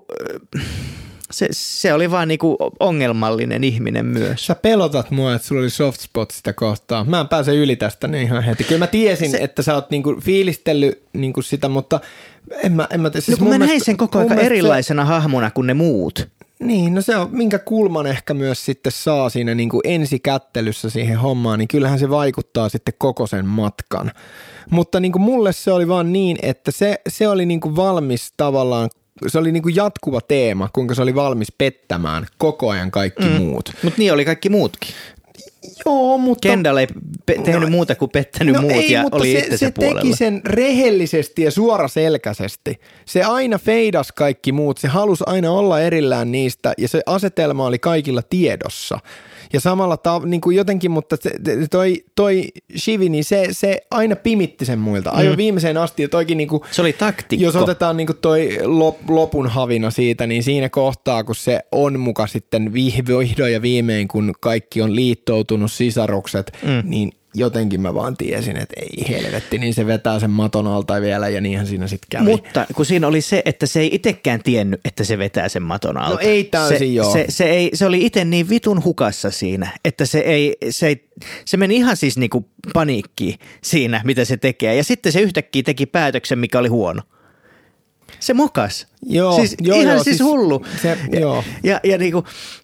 se oli vaan niinku ongelmallinen ihminen myös. Sä pelotat mua, että sulla oli soft spot sitä kohtaa. Mä en pääse yli tästä niin ihan heti. Kyllä mä tiesin, että sä oot niinku fiilistellyt niinku sitä, mutta en mä tee. Siis no kun mä näin sen koko aika erilaisena hahmona kuin ne muut. Niin, no se on, minkä kulman ehkä myös sitten saa siinä niin kuin ensikättelyssä siihen hommaan, niin kyllähän se vaikuttaa sitten koko sen matkan. Mutta niin kuin mulle se oli vaan niin, että se oli niin kuin valmis tavallaan, se oli niin kuin jatkuva teema, kuinka se oli valmis pettämään koko ajan kaikki muut. Mutta niin oli kaikki muutkin. Joo, mutta... Kendall ei tehnyt muuta kuin pettänyt muut ei, ja oli itsensä puolella. Se teki sen rehellisesti ja suoraselkäisesti. Se aina feidas kaikki muut, se halusi aina olla erillään niistä ja se asetelma oli kaikilla tiedossa. Ja samalla niin kuin jotenkin, mutta toi Shivi, niin se aina pimitti sen muilta. Aivan viimeiseen asti ja toikin niin kuin, se oli taktikko. Jos otetaan niin kuin toi lopun havina siitä, niin siinä kohtaa, kun se on muka sitten vihdoin ja viimein, kun kaikki on liittoutunut sisarukset, niin jotenkin mä vaan tiesin, että ei helvetti, niin se vetää sen maton alta vielä ja niinhän siinä sitten kävi. Mutta kun siinä oli se, että se ei itsekään tiennyt, että se vetää sen maton alta. No ei täysin joo. Se oli itse niin vitun hukassa siinä, että se meni ihan siis niinku paniikkiin siinä, mitä se tekee. Ja sitten se yhtäkkiä teki päätöksen, mikä oli huono. Se mokas. Joo, siis joo, ihan joo, siis hullu. Ja niinku...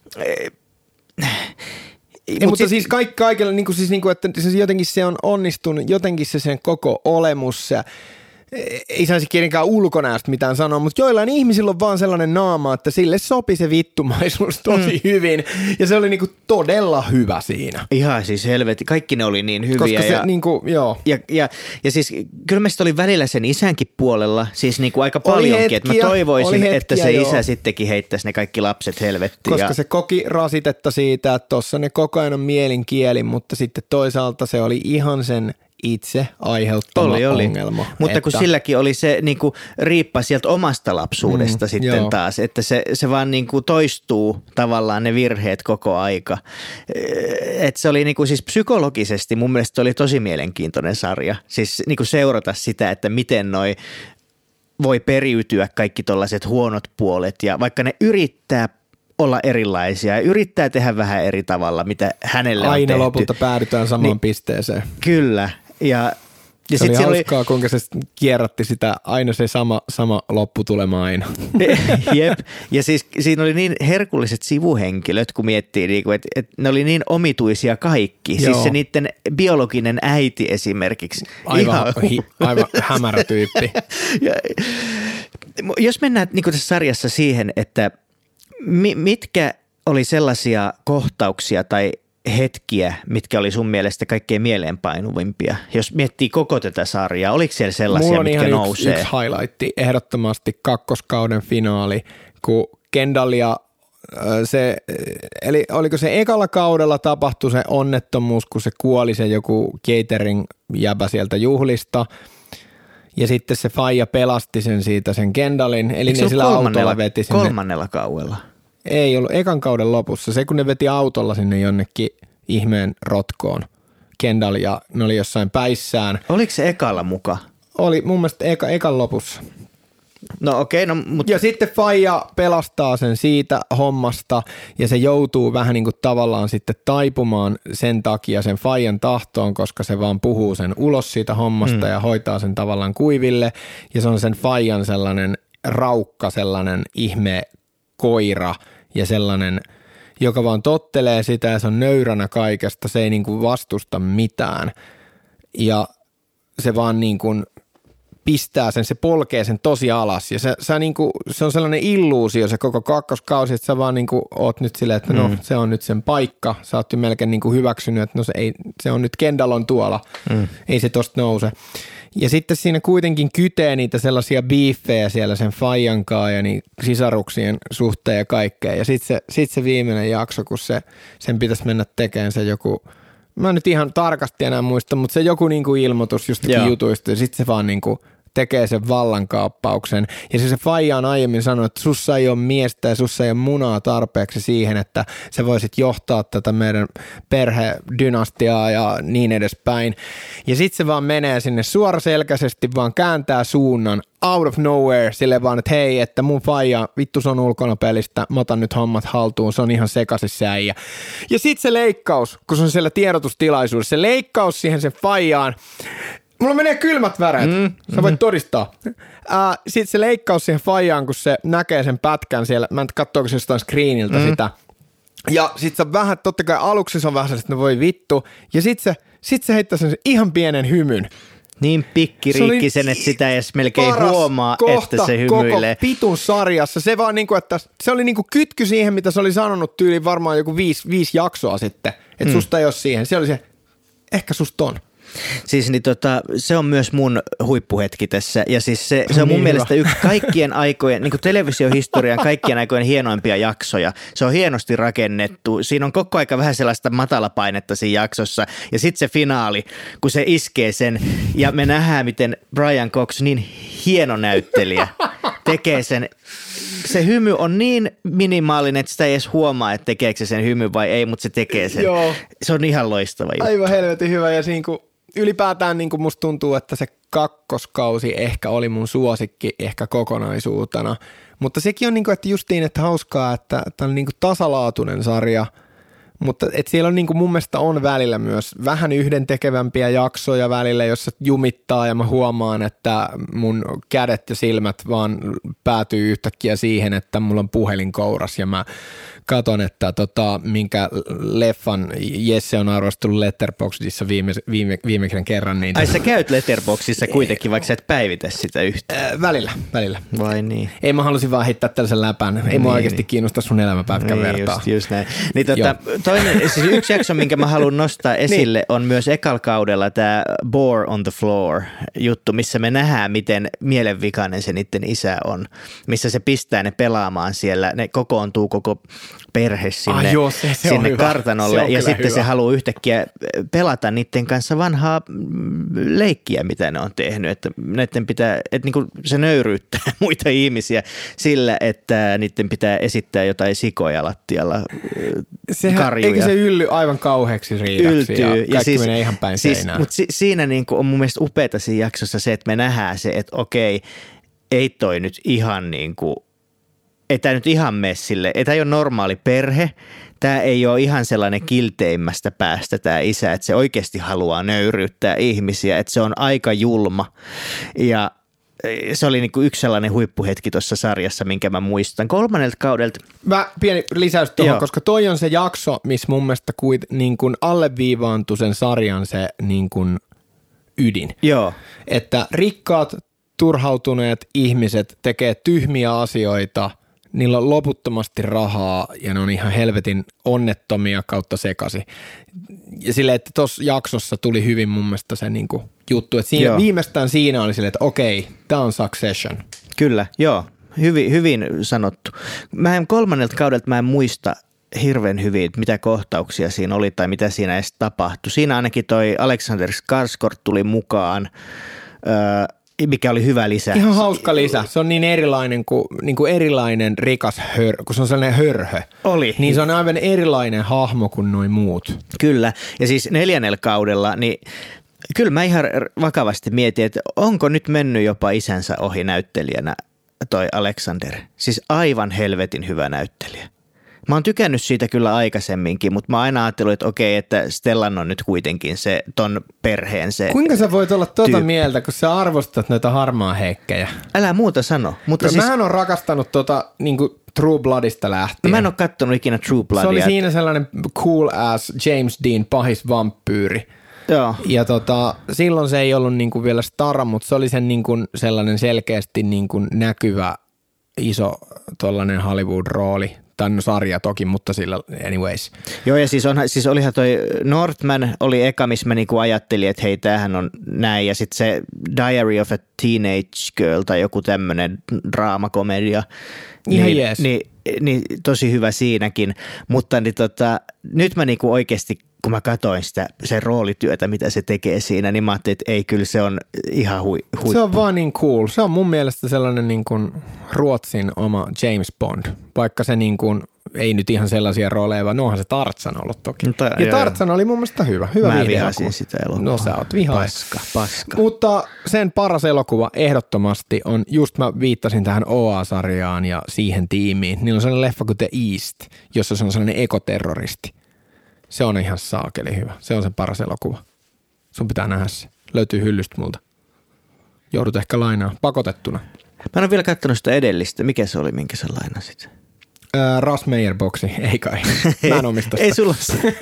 mutta siis kaikilla, että siis jotenkin se on onnistunut, jotenkin se sen koko olemus, ei saisi kenenkään ulkonäöstä mitään sanoa, mutta joillain ihmisillä on vaan sellainen naama, että sille sopi se vittumaisuus tosi hyvin ja se oli niinku todella hyvä siinä. Ihan siis helvetti, kaikki ne oli niin hyviä. Koska se joo. Ja siis kyllä mä oli välillä sen isänkin puolella, siis niinku aika paljonkin, että mä toivoisin, että se isä sittenkin heittäisi ne kaikki lapset helvettiin. Koska se koki rasitetta siitä, että tossa ne koko ajan on mielinkieli, mutta sitten toisaalta se oli ihan sen itse aiheuttama ongelma. Mutta kun silläkin oli se niinku riippa sieltä omasta lapsuudesta sitten taas, että se vaan niinku toistuu tavallaan ne virheet koko aika. Että se oli niinku siis psykologisesti mun mielestä oli tosi mielenkiintoinen sarja. Siis niinku seurata sitä, että miten noi voi periytyä kaikki tollaiset huonot puolet ja vaikka ne yrittää olla erilaisia ja yrittää tehdä vähän eri tavalla, mitä hänelle on tehty. Aina lopulta päädytään samaan pisteeseen. Kyllä. Ja se oli hauskaa, kuinka se kierrätti sitä, aina se sama lopputulema aina. Jep. Ja siis siinä oli niin herkulliset sivuhenkilöt, kun miettii, että ne oli niin omituisia kaikki. Joo. Siis se niiden biologinen äiti esimerkiksi. Aivan hämärä tyyppi. Jos mennään niin kuin tässä sarjassa siihen, että mitkä oli sellaisia kohtauksia tai hetkiä, mitkä oli sun mielestä kaikkein mieleenpainuvimpia? Jos miettii koko tätä sarjaa, oliko siellä sellaisia, mitkä nousee? Mulla on ihan yksi highlightti, ehdottomasti kakkoskauden finaali, kun Kendall ja eli oliko se ekalla kaudella tapahtui se onnettomuus, kun se kuoli se joku catering-jäbä sieltä juhlista, ja sitten se faija pelasti sen Kendallin, eli ne sillä autolla veti sinne. Kolmannella kaudella? Ei ollut, ekan kauden lopussa. Se kun ne veti autolla sinne jonnekin ihmeen rotkoon. Kendall ja ne oli jossain päissään. Oliko se ekalla muka? Oli mun mielestä ekan lopussa. No okei, no mutta... Ja sitten faija pelastaa sen siitä hommasta ja se joutuu vähän niin kuin tavallaan sitten taipumaan sen takia sen faijan tahtoon, koska se vaan puhuu sen ulos siitä hommasta ja hoitaa sen tavallaan kuiville. Ja se on sen faijan sellainen raukka, sellainen ihme koira ja sellainen, joka vaan tottelee sitä ja se on nöyränä kaikesta, se ei niin kuin vastusta mitään ja se vaan niin kuin pistää sen, se polkee sen tosi alas ja se, niin kuin, se on sellainen illuusio se koko kakkoskausi, että sä vaan niin kuin oot nyt silleen, että no se on nyt sen paikka, sä oot jo melkein niin kuin hyväksynyt, että no se on nyt Kendall on tuolla, ei se tosta nouse. Ja sitten siinä kuitenkin kytee niitä sellaisia biiffejä siellä sen faijankaa ja niin sisaruksien suhteen ja kaikkea. Ja sitten se viimeinen jakso, kun sen pitäisi mennä tekemään se joku, mä en nyt ihan tarkasti enää muista, mutta se joku niinku ilmoitus jostakin jutuista ja sitten se vaan niinku tekee sen vallankaappauksen. Ja se faija on aiemmin sanonut, että sussa ei ole miestä ja sussa ei ole munaa tarpeeksi siihen, että sä voisit johtaa tätä meidän perhedynastiaa ja niin edespäin. Ja sitten se vaan menee sinne suoraselkäisesti, vaan kääntää suunnan out of nowhere sille vaan, että hei, että mun faija, vittu se on ulkona pelistä, mä otan nyt hommat haltuun, se on ihan sekaisin se äijä. Ja sitten se leikkaus, kun se on siellä tiedotustilaisuudessa, se leikkaus siihen sen faijaan, Mulla menee kylmät väreet. Sä voit todistaa. Sitten se leikkaus siihen faijaan, kun se näkee sen pätkän siellä. Mä en katsoa, se jostain screeniltä sitä. Ja sit se vähän, totta kai aluksi se on vähän sellaista, että no voi vittu. Ja sit se heittää sen ihan pienen hymyn. Niin pikkiriikkisen, että sitä ei edes melkein huomaa, että se hymyilee. Koko pitun sarjassa. Se vaan niinku, että se oli niinku kytky siihen, mitä se oli sanonut tyyliin varmaan joku 5 jaksoa sitten. Että susta ei ole siihen. Se oli se, ehkä susta on. Siis niin se on myös mun huippuhetki tässä ja siis se on mun mielestä yksi kaikkien aikojen, niin kuin televisiohistorian kaikkien aikojen hienoimpia jaksoja. Se on hienosti rakennettu. Siinä on koko aika vähän sellaista matalapainetta siinä jaksossa ja sitten se finaali, kun se iskee sen ja me nähdään, miten Brian Cox, niin hieno näyttelijä, tekee sen. Se hymy on niin minimaalinen, että sitä ei edes huomaa, että tekeekö se sen hymy vai ei, mutta se tekee sen. Joo. Se on ihan loistava juttu. Aivan helvetin hyvä ja siinä kun ylipäätään niin kuin musta tuntuu, että se kakkoskausi ehkä oli mun suosikki ehkä kokonaisuutena, mutta sekin on niin kuin, että justiin, että hauskaa, että tämä on niin kuin tasalaatuinen sarja, mutta että siellä on niin kuin mun mielestä on välillä myös vähän yhdentekevämpiä jaksoja välillä, jossa jumittaa ja mä huomaan, että mun kädet ja silmät vaan päätyy yhtäkkiä siihen, että mulla on puhelin kouras ja mä katon, että minkä leffan Jesse on arvostellut Letterboxdissa viimeisen kerran. Niin ai sä käyt Letterboxdissa kuitenkin, vaikka sä et päivitä sitä yhtään? Välillä. Vai niin? Ei, mä halusin vaan heittää tällaisen läpän. Ei mua oikeasti kiinnosta sun elämäpätkän vertaa. Just näin. Niin, toinen, siis yksi jakso, minkä mä haluan nostaa esille, on myös ekalla kaudella tämä Bore on the Floor juttu, missä me nähdään, miten mielenvikainen se niiden isä on. Missä se pistää ne pelaamaan siellä. Ne kokoontuu koko perhe sinne kartanolle ja sitten se haluaa yhtäkkiä pelata niiden kanssa vanhaa leikkiä, mitä ne on tehnyt, että näiden pitää, että niin kuin se nöyryyttää muita ihmisiä sillä, että niiden pitää esittää jotain sikoja lattialla, karjuja. Eikö se ylly aivan kauheaksi riidaksi ja kaikki siis, menee ihan päin seinään. Mutta siinä niin kuin on mun mielestä upeata siinä jaksossa se, että me nähdään se, että okei, ei toi nyt ihan niin kuin ei tämä nyt ihan messille, ei tämä ole normaali perhe, tämä ei ole ihan sellainen kilteimmästä päästä tämä isä, että se oikeasti haluaa nöyryyttää ihmisiä, että se on aika julma ja se oli niinku yksi sellainen huippuhetki tuossa sarjassa, minkä mä muistan. 3. kaudelta. Pieni lisäys tuohon, koska toi on se jakso, missä mun mielestä niin kuin alleviivaantui sen sarjan se niin kuin ydin. Joo. Että rikkaat, turhautuneet ihmiset tekee tyhmiä asioita, niillä on loputtomasti rahaa ja ne on ihan helvetin onnettomia kautta sekasi. Ja silleen, että tuossa jaksossa tuli hyvin mun mielestä se niinku juttu, että siinä, viimeistään siinä oli silleen, että okei, tämä on Succession. Kyllä, joo. Hyvin sanottu. 3. kaudelta mä en muista hirveän hyvin, mitä kohtauksia siinä oli tai mitä siinä edes tapahtui. Siinä ainakin toi Alexander Skarsgård tuli mukaan, mikä oli hyvä lisä. Ihan hauska lisä. Se on niin erilainen kuin erilainen rikas kun se on sellainen hörhö. Oli. Niin se on aivan erilainen hahmo kuin nuo muut. Kyllä. Ja siis 4. kaudella, niin kyllä mä ihan vakavasti mietin, että onko nyt mennyt jopa isänsä ohi näyttelijänä toi Alexander. Siis aivan helvetin hyvä näyttelijä. Mä oon tykännyt siitä kyllä aikaisemminkin, mutta mä oon aina ajatellut, että okei, että Stellan on nyt kuitenkin se ton perheen se. Kuinka sä voit olla mieltä, kun sä arvostat noita harmaa heikkejä? Älä muuta sano. Mutta siis mähän on rakastanut niin kuin True Bloodista lähtien. Mä en ole kattonut ikinä True Bloodia. Se oli siinä sellainen cool ass James Dean pahis vampyyri. Joo. Ja silloin se ei ollut niin kuin vielä stara, mutta se oli sen niin kuin sellainen selkeästi niin kuin näkyvä iso tollainen Hollywood-rooli. Tämän sarja toki, mutta sillä anyways. Joo, ja siis olihan toi Northman oli eka, missä mä niinku ajattelin, että hei, tämähän on näin. Ja sitten se Diary of a Teenage Girl tai joku tämmöinen draamakomedia. Ihan jees. Niin tosi hyvä siinäkin. Mutta niin nyt mä niinku oikeasti, kun mä katsoin sen roolityötä, mitä se tekee siinä, niin mä ajattelin, että ei, kyllä se on ihan huippu. Se on vaan niin cool. Se on mun mielestä sellainen niin kuin Ruotsin oma James Bond, vaikka se niin kuin ei nyt ihan sellaisia rooleja, vaan onhan se Tarzan ollut toki. Ja Tarzan oli mun mielestä hyvä mä vihasin sitä elokuvaa. No sä oot vihainen. Paska. Mutta sen paras elokuva ehdottomasti on, just mä viittasin tähän OA-sarjaan ja siihen tiimiin, niin on sellainen leffa kuin The East, jossa se on sellainen ekoterroristi. Se on ihan saakeli hyvä. Se on se paras elokuva. Sun pitää nähdä se. löytyy hyllystä multa. Joudut ehkä lainaa pakotettuna. Mä en ole vielä katsonut sitä edellistä. Mikä se oli, minkä sä lainasit? Ras Meyer-boksi, ei kai. Mä en omista sitä. Ei sulla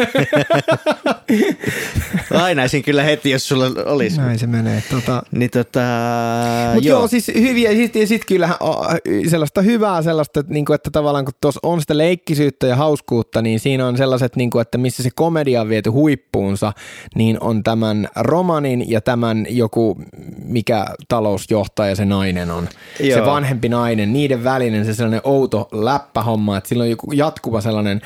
lainaisin kyllä heti, jos sulla olisi. Näin se menee. Niin Mutta joo, siis hyviä. Ja sit kyllähän sellaista hyvää, sellaista, että tavallaan kun tuossa on sitä leikkisyyttä ja hauskuutta, niin siinä on sellaiset, että missä se komedia on viety huippuunsa, niin on tämän romanin ja tämän joku, mikä talousjohtaja se nainen on. Joo. Se vanhempi nainen, niiden välinen se sellainen outo läppähomma, että sillä on joku jatkuva sellainen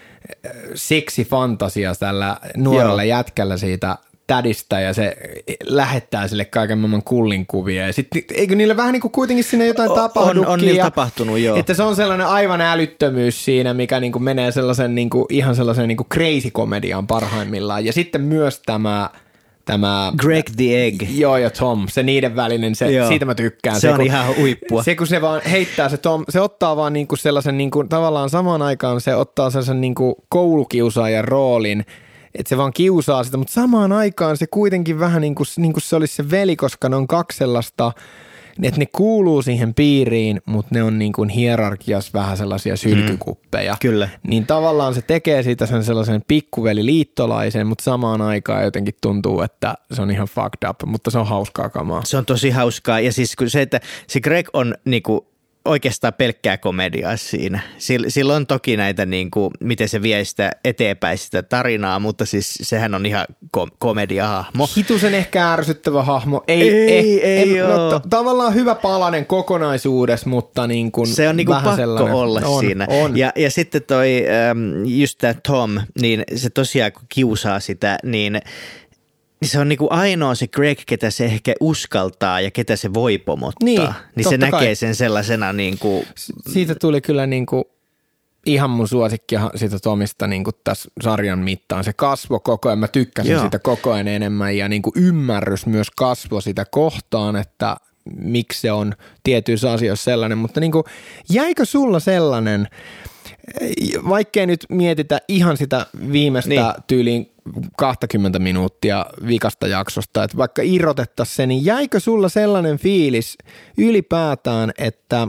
seksifantasia tällä nuorella jätkällä siitä tädistä ja se lähettää sille kaiken maailman kullinkuvia ja sitten eikö niillä vähän niin kuin kuitenkin sinne jotain tapahdukin. On niillä tapahtunut, joo. Että se on sellainen aivan älyttömyys siinä, mikä niin kuin menee sellaisen niin kuin, ihan sellaisen niin kuin crazy-komediaan parhaimmillaan ja sitten myös tämä Greg the Egg. Joo, ja Tom, se niiden välinen, siitä mä tykkään. Se on ihan huippua. Se, kun se vaan heittää se Tom, se ottaa vaan niinku sellaisen niinku, tavallaan samaan aikaan se ottaa sellaisen niinku koulukiusaajan roolin, että se vaan kiusaa sitä, mutta samaan aikaan se kuitenkin vähän niin kuin se olisi se veli, koska ne on kaksi sellaista, että ne kuuluu siihen piiriin, mutta ne on niin kuin hierarkiassa vähän sellaisia sylkykuppeja. Kyllä. Niin tavallaan se tekee siitä sen sellaisen pikkuveli-liittolaisen, mutta samaan aikaan jotenkin tuntuu, että se on ihan fucked up, mutta se on hauskaa kamaa. Se on tosi hauskaa ja siis se, että se Greg on niinku oikeastaan pelkkää komediaa siinä. Sillä on toki näitä, niin kuin, miten se vie sitä eteenpäin sitä tarinaa, mutta siis sehän on ihan komediahahmo. Hitusen ehkä ärsyttävä hahmo. Ei ole. Tavallaan hyvä palanen kokonaisuudessa, mutta niin kuin se on niin kuin pakko sellainen olla siinä. On. Ja sitten toi, just tämä Tom, niin se tosiaan kun kiusaa sitä, niin se on niinku ainoa se Greg, ketä se ehkä uskaltaa ja ketä se voi pomottaa. Niin se näkee kai sen sellaisena niinku. Siitä tuli kyllä niinku ihan mun suosikki siitä Tomista niinku tässä sarjan mittaan. Se kasvoi koko ajan, mä tykkäsin sitä koko ajan enemmän ja niinku ymmärrys myös kasvoi sitä kohtaan, että miksi se on tietyissä asioissa sellainen. Mutta niinku, jäikö sulla sellainen, vaikkei nyt mietitä ihan sitä viimeistä tyyliin 20 minuuttia vikasta jaksosta, että vaikka irrotettaisiin se, niin jäikö sulla sellainen fiilis ylipäätään, että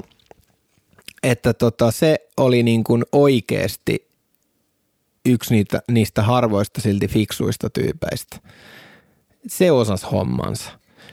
se oli niin kuin oikeasti yksi niistä harvoista silti fiksuista tyypeistä? Se osasi hommansa.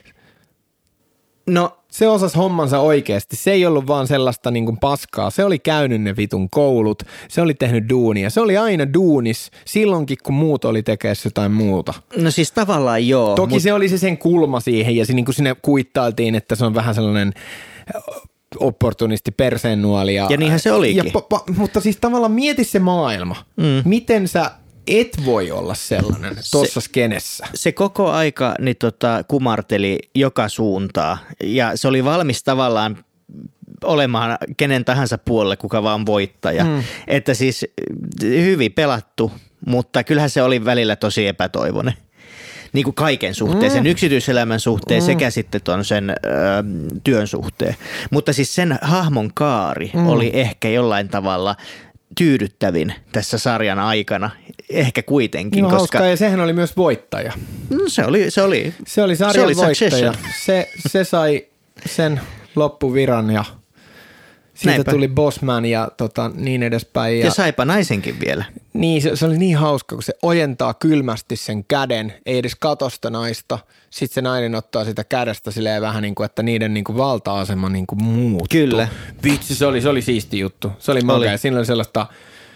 No, se osasi hommansa oikeasti. Se ei ollut vaan sellaista niin kuin paskaa. Se oli käynyt ne vitun koulut. Se oli tehnyt duunia. Se oli aina duunis silloinkin, kun muut oli tekeessä jotain muuta. No siis tavallaan joo. Toki se oli se sen kulma siihen ja niin kuin sinne kuittailtiin, että se on vähän sellainen opportunisti perseennuoli. Ja niinhän se olikin. Mutta siis tavallaan mieti se maailma. Miten sä et voi olla sellainen tuossa skenessä. Se koko aika niin kumarteli joka suuntaan ja se oli valmis tavallaan olemaan kenen tahansa puolelle, kuka vaan voittaja. Että siis hyvin pelattu, mutta kyllähän se oli välillä tosi epätoivoinen. Niin kuin kaiken suhteen, sen yksityiselämän suhteen sekä sitten tuon sen työn suhteen. Mutta siis sen hahmon kaari oli ehkä jollain tavalla tyydyttävin tässä sarjan aikana, ehkä kuitenkin. No koska ja sehän oli myös voittaja. No, se oli sarjan voittaja. Se sai sen loppuviran ja siitä tuli Bossman ja niin edespäin. Ja saipa naisenkin vielä. Niin, se oli niin hauska, kun se ojentaa kylmästi sen käden, ei edes katso sitä naista. Sitten se nainen ottaa sitä kädestä silleen vähän niin kuin, että niiden niin kuin valta-asema niin kuin muuttuu. Kyllä. Vitsi, se oli siisti juttu. Se oli makea. Siinä oli sellaista,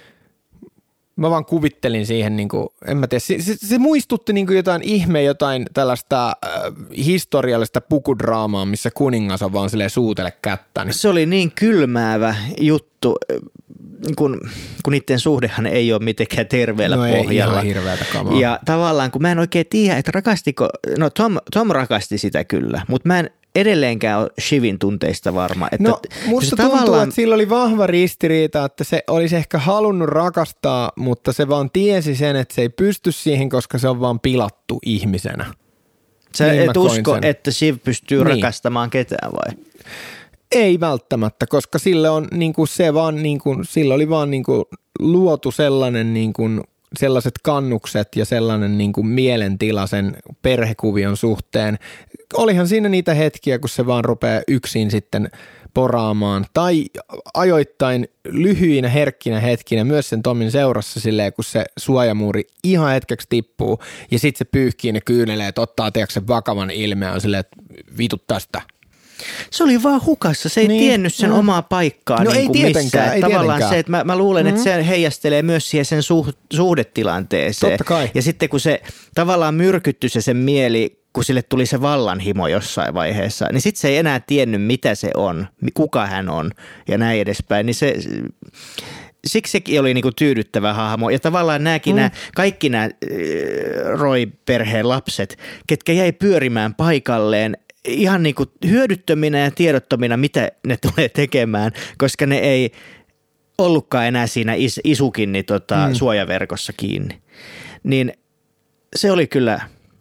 mä vaan kuvittelin siihen, niin kuin, en mä tiedä, se muistutti niin kuin jotain tällaista historiallista pukudraamaa, missä kuningas on vaan silleen suutele kättä. Niin. Se oli niin kylmäävä juttu, kun niiden suhdehan ei ole mitenkään terveellä pohjalla. Ei ihan hirveätä kamaa. Ja tavallaan, kun mä en oikein tiedä, että rakastiko, no Tom rakasti sitä kyllä, mutta mä en edelleenkään ole Shivin tunteista varma. Että no musta tuntuu, että sillä oli vahva ristiriita, että se olisi ehkä halunnut rakastaa, mutta se vaan tiesi sen, että se ei pysty siihen, koska se on vaan pilattu ihmisenä. Sä et usko, että Shiv pystyy rakastamaan ketään vai? Ei välttämättä, koska sille on niinku se vaan niinku sillä oli vaan niinku luotu sellainen niinku sellaiset kannukset ja sellainen niin kuin mielentila sen perhekuvion suhteen. Olihan siinä niitä hetkiä, kun se vaan rupeaa yksin sitten poraamaan tai ajoittain lyhyinä herkkinä hetkinä myös sen Tomin seurassa silleen, kun se suojamuuri ihan hetkeksi tippuu ja sitten se pyyhkii ne kyyneleet, että ottaa sen vakavan ilmeen on silleen, että vitut tästä. Se oli vaan hukassa, se ei tiennyt sen omaa paikkaa no niin kuin ei missään. Ei tavallaan tietenkään. se, että mä luulen, että se heijastelee myös siihen sen suhdetilanteeseen. Totta kai. Ja sitten kun se tavallaan myrkytty se sen mieli, kun sille tuli se vallanhimo jossain vaiheessa, niin sitten se ei enää tiennyt, mitä se on, kuka hän on ja näin edespäin. Niin siksi sekin oli niinku tyydyttävä hahmo. Ja tavallaan kaikki nämä Roy-perheen lapset, ketkä jäi pyörimään paikalleen, ihan niinku hyödyttöminä ja tiedottomina, mitä ne tulee tekemään, koska ne ei ollutkaan enää siinä isukin suojaverkossa kiinni. Niin se oli kyllä...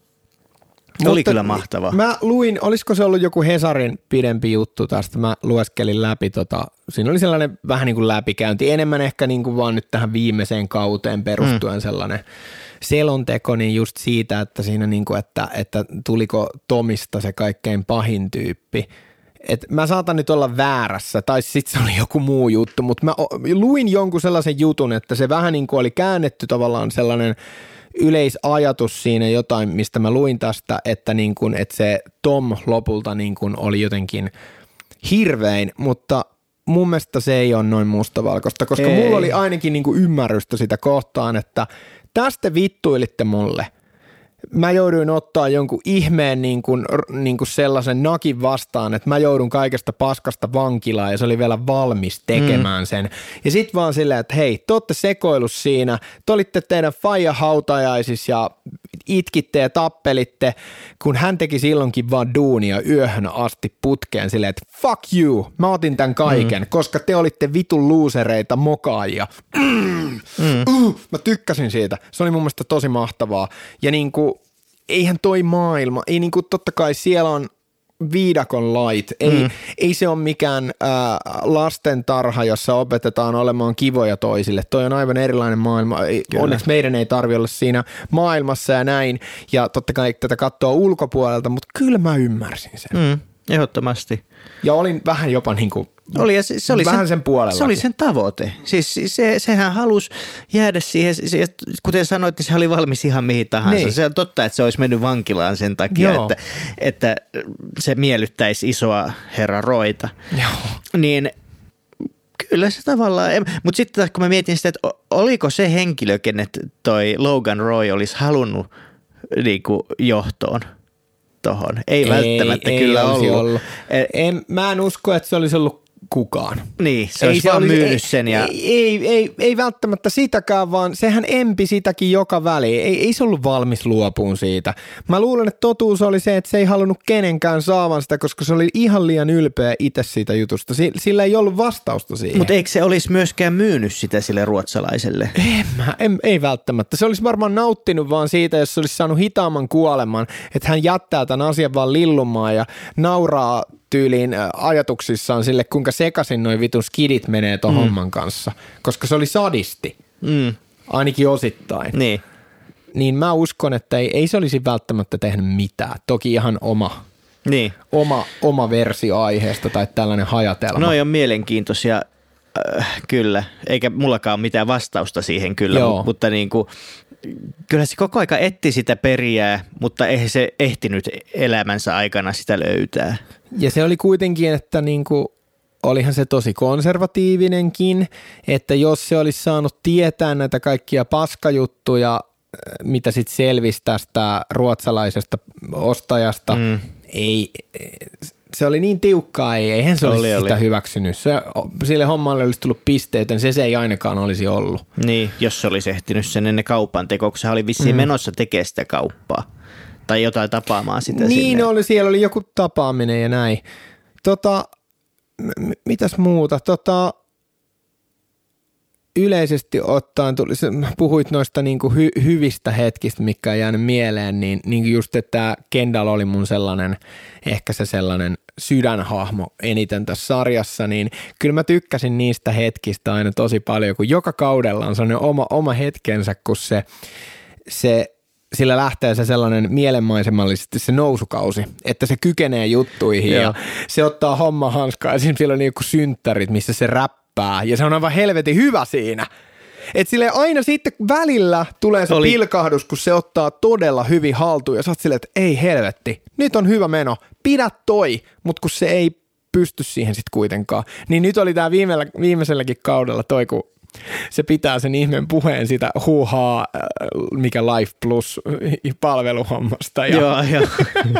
Oli kyllä mahtavaa. Mä luin, olisiko se ollut joku Hesarin pidempi juttu tästä, mä lueskelin läpi, siinä oli sellainen vähän niin kuin läpikäynti, enemmän ehkä niin kuin vaan nyt tähän viimeiseen kauteen perustuen sellainen selonteko, niin just siitä, että siinä niin kuin, että tuliko Tomista se kaikkein pahin tyyppi. Et mä saatan nyt olla väärässä, tai sitten se oli joku muu juttu, mutta mä luin jonkun sellaisen jutun, että se vähän niin kuin oli käännetty tavallaan sellainen yleisajatus siinä jotain, mistä mä luin tästä, että, niin kuin, että se Tom lopulta niin kuin oli jotenkin hirvein, mutta mun mielestä se ei ole noin mustavalkoista, koska mulla oli ainakin niin kuin ymmärrystä sitä kohtaan, että tästä vittuilitte mulle. Mä jouduin ottaa jonkun ihmeen niin kuin sellaisen nakin vastaan, että mä joudun kaikesta paskasta vankilaan ja se oli vielä valmis tekemään sen. Ja sit vaan silleen, että hei, te ootte sekoillut siinä, te olitte teidän faija hautajaisissa ja itkitte ja tappelitte, kun hän teki silloinkin vaan duunia yöhön asti putkeen silleen, että fuck you, mä otin tämän kaiken, koska te olitte vitun luusereita mokaajia. Mä tykkäsin siitä, se oli mun mielestä tosi mahtavaa ja niinku eihän toi maailma, ei niinku totta kai siellä on viidakon lait, ei se ole mikään lastentarha, jossa opetetaan olemaan kivoja toisille. Toi on aivan erilainen maailma. Kyllä. Onneksi meidän ei tarvitse olla siinä maailmassa ja näin. Ja totta kai tätä katsoa ulkopuolelta, mutta kyllä mä ymmärsin sen. Ehdottomasti. Ja olin vähän jopa niin kuin se oli vähän sen puolella. Se oli sen tavoite. Siis sehän halusi jäädä siihen, kuten sanoit, niin se oli valmis ihan mihin tahansa. Niin. Se on totta, että se olisi mennyt vankilaan sen takia, että se miellyttäisi isoa herra Royta. Joo. Niin kyllä se tavallaan, mutta sitten kun mä mietin sitä, että oliko se henkilö, kenet toi Logan Roy olisi halunnut niinku johtoon tohon. Ei välttämättä kyllä ollut. Mä en usko, että se olisi ollut kukaan. Niin, se olisi vaan myynyt sen. Ja... Ei välttämättä sitäkään, vaan sehän empi sitäkin joka väliin. Ei se ollut valmis luopuun siitä. Mä luulen, että totuus oli se, että se ei halunnut kenenkään saavan sitä, koska se oli ihan liian ylpeä itse siitä jutusta. Sillä ei ollut vastausta siihen. Mutta eikö se olisi myöskään myynyt sitä sille ruotsalaiselle? Ei välttämättä. Se olisi varmaan nauttinut vaan siitä, jos se olisi saanut hitaamman kuoleman, että hän jättää tämän asian vaan lillumaan ja nauraa tyyliin ajatuksissaan sille, kuinka sekaisin noi vitun skidit menee ton homman kanssa, koska se oli sadisti, ainakin osittain. Niin mä uskon, että ei se olisi välttämättä tehnyt mitään. Toki ihan oma versio aiheesta tai tällainen hajatelma. No on mielenkiintoisia, kyllä. Eikä mullakaan ole mitään vastausta siihen kyllä, mutta niin kuin, kyllä se koko aika etti sitä periää, mutta eihän se ehtinyt elämänsä aikana sitä löytää. Ja se oli kuitenkin, että niinku, olihan se tosi konservatiivinenkin, että jos se olisi saanut tietää näitä kaikkia paskajuttuja, mitä sitten selvisi tästä ruotsalaisesta ostajasta, se oli niin tiukkaa, eihän se olisi sitä hyväksynyt. Sille hommalle olisi tullut pisteet, joten se ei ainakaan olisi ollut. Niin, jos se olisi ehtinyt sen ennen kaupan tekoa, kun se oli vissiin menossa tekemään sitä kauppaa. Tai jotain tapaamaan sitä niin sinne. Siellä oli joku tapaaminen ja näin. Mitäs muuta? Yleisesti ottaen, puhuit noista niinku hyvistä hetkistä, mitkä on jäänyt mieleen, niin just, että Kendall oli mun sellainen, ehkä se sellainen sydänhahmo eniten tässä sarjassa, niin kyllä mä tykkäsin niistä hetkistä aina tosi paljon, kun joka kaudella on sellainen oma hetkensä, kun sillä lähtee se sellainen mielenmaisemallisesti se nousukausi, että se kykenee juttuihin ja se ottaa homma hanskaa. Esimerkiksi siellä on joku synttärit, missä se räppää ja se on aivan helvetin hyvä siinä. Että silleen aina sitten välillä tulee se pilkahdus, kun se ottaa todella hyvin haltuun ja sä oot silleen, että ei helvetti, nyt on hyvä meno, pidä toi, mutta kun se ei pysty siihen sitten kuitenkaan. Niin nyt oli tää viimeiselläkin kaudella toi, kun se pitää sen ihmeen puheen sitä huuhaa, mikä Life Plus palveluhommasta. Ja joo.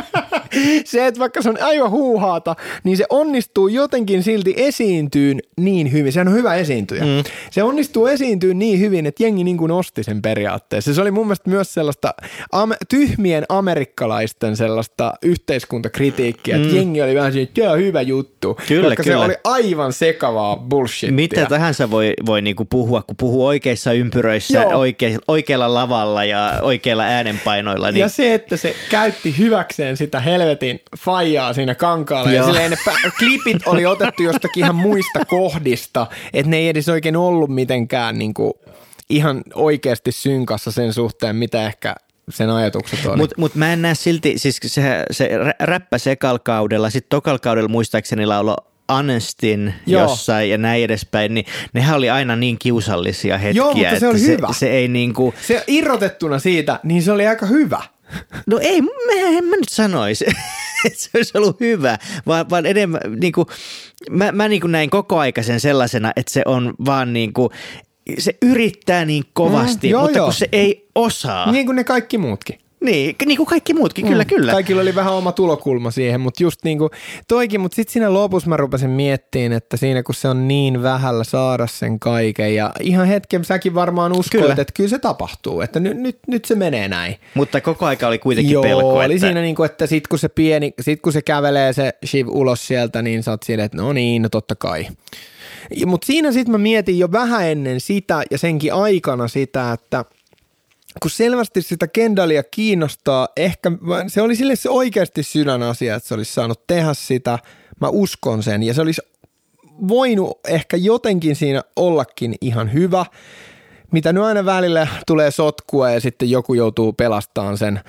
se, että vaikka se on aivan huuhaata, niin se onnistuu jotenkin silti esiintyyn niin hyvin. Sehän on hyvä esiintyjä. Se onnistuu esiintyyn niin hyvin, että jengi niin kuin osti sen periaatteessa. Se oli mun mielestä myös sellaista tyhmien amerikkalaisten sellaista yhteiskuntakritiikkiä, että jengi oli vähän siinä, että tämä on hyvä juttu. Kyllä. Se oli aivan sekavaa bullshittia. Mitä tahansa voi niinku puhua, kun puhuu oikeissa ympyröissä, oikealla lavalla ja oikeilla äänenpainoilla. Niin... Ja se, että se käytti hyväkseen sitä helvetin faijaa siinä kankaalla. Ja silleen ne klipit oli otettu jostakin ihan muista kohdista, että ne ei edes oikein ollut mitenkään niinku ihan oikeasti synkassa sen suhteen, mitä ehkä sen ajatukset oli. Mutta mä en näe silti, siis se räppäsi ekalla kaudella, sitten tokalla kaudella muistaakseni laulo Anestin jossain ja näin edespäin, niin nehän oli aina niin kiusallisia hetkiä. Joo, mutta se oli hyvä. Se ei niinku... Se irrotettuna siitä, niin se oli aika hyvä. No ei, en mä nyt sanoisi, että se olisi ollut hyvä, vaan enemmän niinku, mä niinku näin koko aikaisen sellaisena, että se on vaan niinku, se yrittää niin kovasti, mutta kun se ei osaa. Niin kuin ne kaikki muutkin. Niin kuin kaikki muutkin, kyllä. Kaikilla oli vähän oma tulokulma siihen, mutta just niin kuin toikin, mutta sitten siinä lopussa mä rupesin miettimään, että siinä kun se on niin vähällä saada sen kaiken ja ihan hetken säkin varmaan uskoit, että kyllä se tapahtuu, että nyt se menee näin. Mutta koko aika oli kuitenkin pelko. Joo, oli siinä niin kuin, että sit kun se kävelee se Shiv ulos sieltä, niin sä oot siinä, että no niin, no totta kai. Mutta siinä sitten mä mietin jo vähän ennen sitä ja senkin aikana sitä, että kun selvästi sitä Kendallia kiinnostaa, ehkä se oli sille se oikeasti sydänasia, että se olisi saanut tehdä sitä, mä uskon sen, ja se olisi voinut ehkä jotenkin siinä ollakin ihan hyvä, mitä nyt aina välillä tulee sotkua ja sitten joku joutuu pelastamaan sen,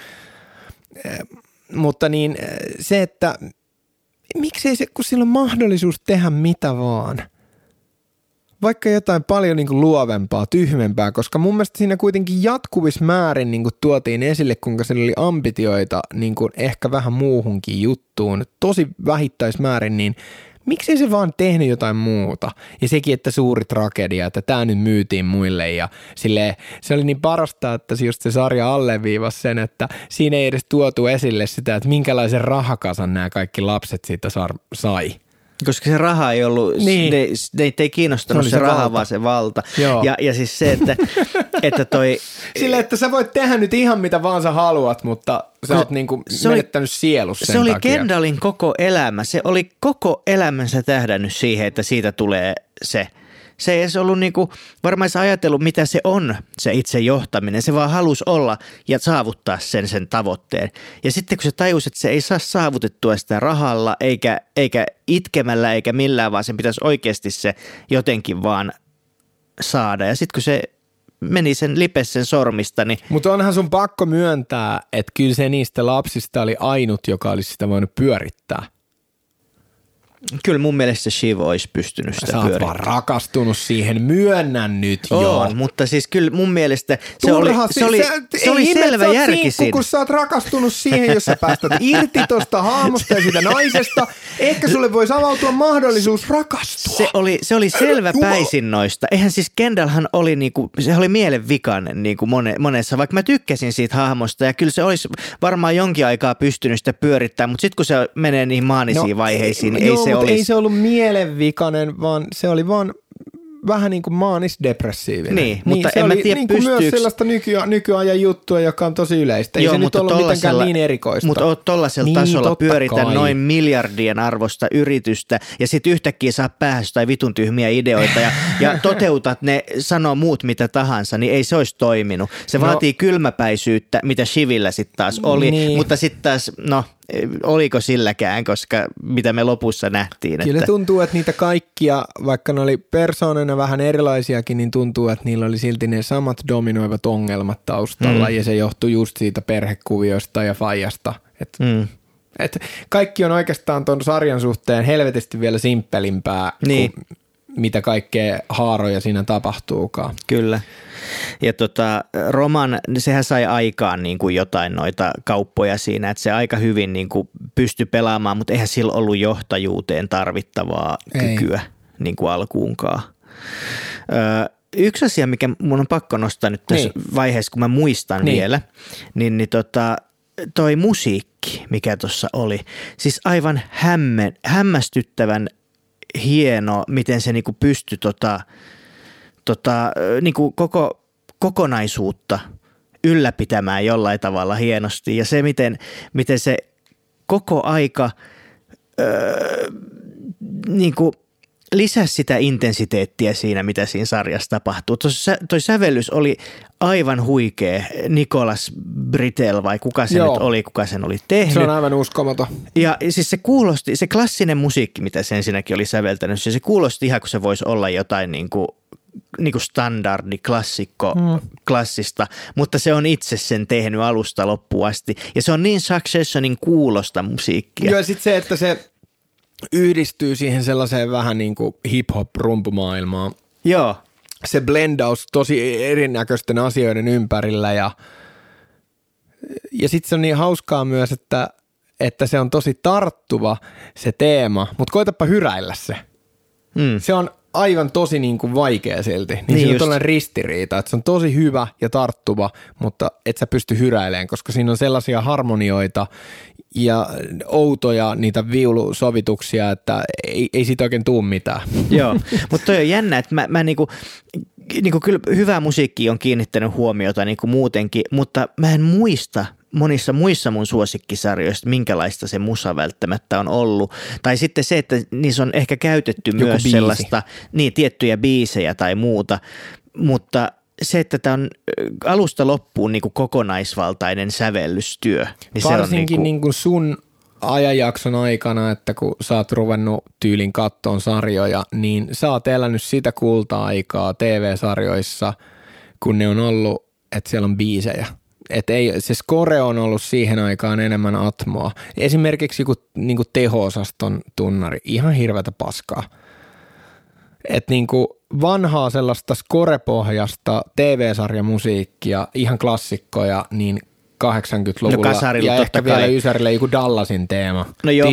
mutta niin se, että miksei se, kun sillä on mahdollisuus tehdä mitä vaan, vaikka jotain paljon niin kuin luovempaa, tyhmempää, koska mun mielestä siinä kuitenkin jatkuvissa määrin niin kuin tuotiin esille, kuinka sillä oli ambitioita niin kuin ehkä vähän muuhunkin juttuun, tosi vähittäismäärin, niin miksei se vaan tehnyt jotain muuta? Ja sekin, että suuri tragedia, että tämä nyt myytiin muille ja silleen, se oli niin parasta, että just se sarja alleviivasi sen, että siinä ei edes tuotu esille sitä, että minkälaisen rahakasan nämä kaikki lapset siitä sai. Koska se raha ei ollut, niin. ne ei kiinnostanut se raha, valta. Vaan se valta. Ja siis se, että toi... Silleen, että sä voit tehdä nyt ihan mitä vaan sä haluat, mutta sä oot niinku menettänyt sielus sen takia. Se oli Kendallin koko elämä. Se oli koko elämänsä tähdännyt siihen, että siitä tulee se. Se ei edes ollut niinku varmaan ajatellut, mitä se on, se itse johtaminen. Se vaan halusi olla ja saavuttaa sen tavoitteen. Ja sitten kun se tajusi, että se ei saa saavutettua sitä rahalla, eikä itkemällä, eikä millään, vaan sen pitäisi oikeasti se jotenkin vaan saada. Ja sitten kun se meni sen lipes sen sormista, niin... Mutta onhan sun pakko myöntää, että kyllä se niistä lapsista oli ainut, joka olisi sitä voinut pyörittää. Kyllä mun mielestä se Shiv olisi pystynyt sitä pyörittämään. Sä oot vaan rakastunut siihen, myönnän nyt jo. On, mutta siis kyllä mun mielestä se oli selvä järki siinä. Kun sä oot rakastunut siihen, jos sä päästät irti tosta hahmosta ja sitä naisesta, ehkä sulle voisi avautua mahdollisuus rakastua. Se oli selvä päisin noista. Eihän siis Kendallhan oli niinku, se oli mielenvikainen niinku monessa, vaikka mä tykkäsin siitä hahmosta ja kyllä se olisi varmaan jonkin aikaa pystynyt sitä pyörittämään, mutta sitten kun se menee niihin maanisiin vaiheisiin, niin ei se ollut mielenvikainen, vaan se oli vaan vähän niin kuin maanisdepressiivinen. Niin, mutta en mä tiedä niin kuin myös sellaista nykyajan juttua, joka on tosi yleistä. Ei se nyt ollut mitenkään niin erikoista. Mutta oot tollasella tasolla pyöritä noin miljardien arvosta yritystä ja sit yhtäkkiä saa päästä tai vitun tyhmiä ideoita ja toteutat ne, sanoo muut mitä tahansa, niin ei se olisi toiminut. Se vaatii kylmäpäisyyttä, mitä Shivillä sitten taas oli, mutta sitten taas, oliko silläkään, koska mitä me lopussa nähtiin. Kyllä tuntuu, että niitä kaikkia, vaikka ne oli persoonana vähän erilaisiakin, niin tuntuu, että niillä oli silti ne samat dominoivat ongelmat taustalla ja se johtui just siitä perhekuviosta ja faijasta. Et kaikki on oikeastaan ton sarjan suhteen helvetisti vielä simppelimpää kuin mitä kaikkea haaroja siinä tapahtuukaan. Kyllä. Ja Roman, sehän sai aikaan niin kuin jotain noita kauppoja siinä, että se aika hyvin niin kuin pystyi pelaamaan, mutta eihän sillä ollut johtajuuteen tarvittavaa kykyä niin kuin alkuunkaan. Yksi asia, mikä mun on pakko nostaa nyt tässä vaiheessa, kun mä muistan vielä, niin toi musiikki, mikä tuossa oli, siis aivan hämmästyttävän hieno, miten se niinku pystyi niinku koko kokonaisuutta ylläpitämään jollain tavalla hienosti. Ja se, miten se koko aika niinku lisäsi sitä intensiteettiä siinä, mitä siinä sarjassa tapahtuu. Toi sävellys oli aivan huikea. Nicolas Britell vai kuka se nyt oli, kuka sen oli tehnyt. Se on aivan uskomaton. Ja siis se kuulosti, se klassinen musiikki, mitä se ensinnäkin oli säveltänyt, se kuulosti ihan kuin se voisi olla jotain niinku standardi, klassikko, klassista, mutta se on itse sen tehnyt alusta loppuun asti. Ja se on niin Successionin kuulosta musiikkia. Joo, ja sitten se, että se yhdistyy siihen sellaiseen vähän niin kuin hip-hop-rumpumaailmaan. Joo. Se blendaus tosi erinäköisten asioiden ympärillä ja sitten se on niin hauskaa myös, että se on tosi tarttuva se teema, mutta koitapa hyräillä se. Se on aivan tosi niin kuin vaikea silti. Niin siinä on tollainen ristiriita, että se on tosi hyvä ja tarttuva, mutta et sä pysty hyräilemään, koska siinä on sellaisia harmonioita ja outoja niitä viulusovituksia, että ei siitä oikein tuu mitään. Joo, mutta toi on jännä, että mä niinku kyllä hyvää musiikkia on kiinnittänyt huomiota niinku muutenkin, mutta mä en muista monissa muissa mun suosikkisarjoista, minkälaista se musa välttämättä on ollut. Tai sitten se, että niissä on ehkä käytetty joku myös biisi. Sellaista, tiettyjä biisejä tai muuta, mutta se, että tämä on alusta loppuun niin kuin kokonaisvaltainen sävellystyö. Niin varsinkin se on niin kuin sun ajanjakson aikana, että kun sä oot ruvennut tyylin kattoon sarjoja, niin sä oot elänyt sitä kulta-aikaa TV-sarjoissa, kun ne on ollut, että siellä on biisejä. Että se score on ollut siihen aikaan enemmän atmoa. Esimerkiksi niinku teho-osaston tunnari, ihan hirveätä paskaa. Että niinku vanhaa sellaista scorepohjasta TV-sarjamusiikkia, ihan klassikkoja, niin 80-luvulla ja ehkä vielä Ysärille joku Dallasin teema. No joo,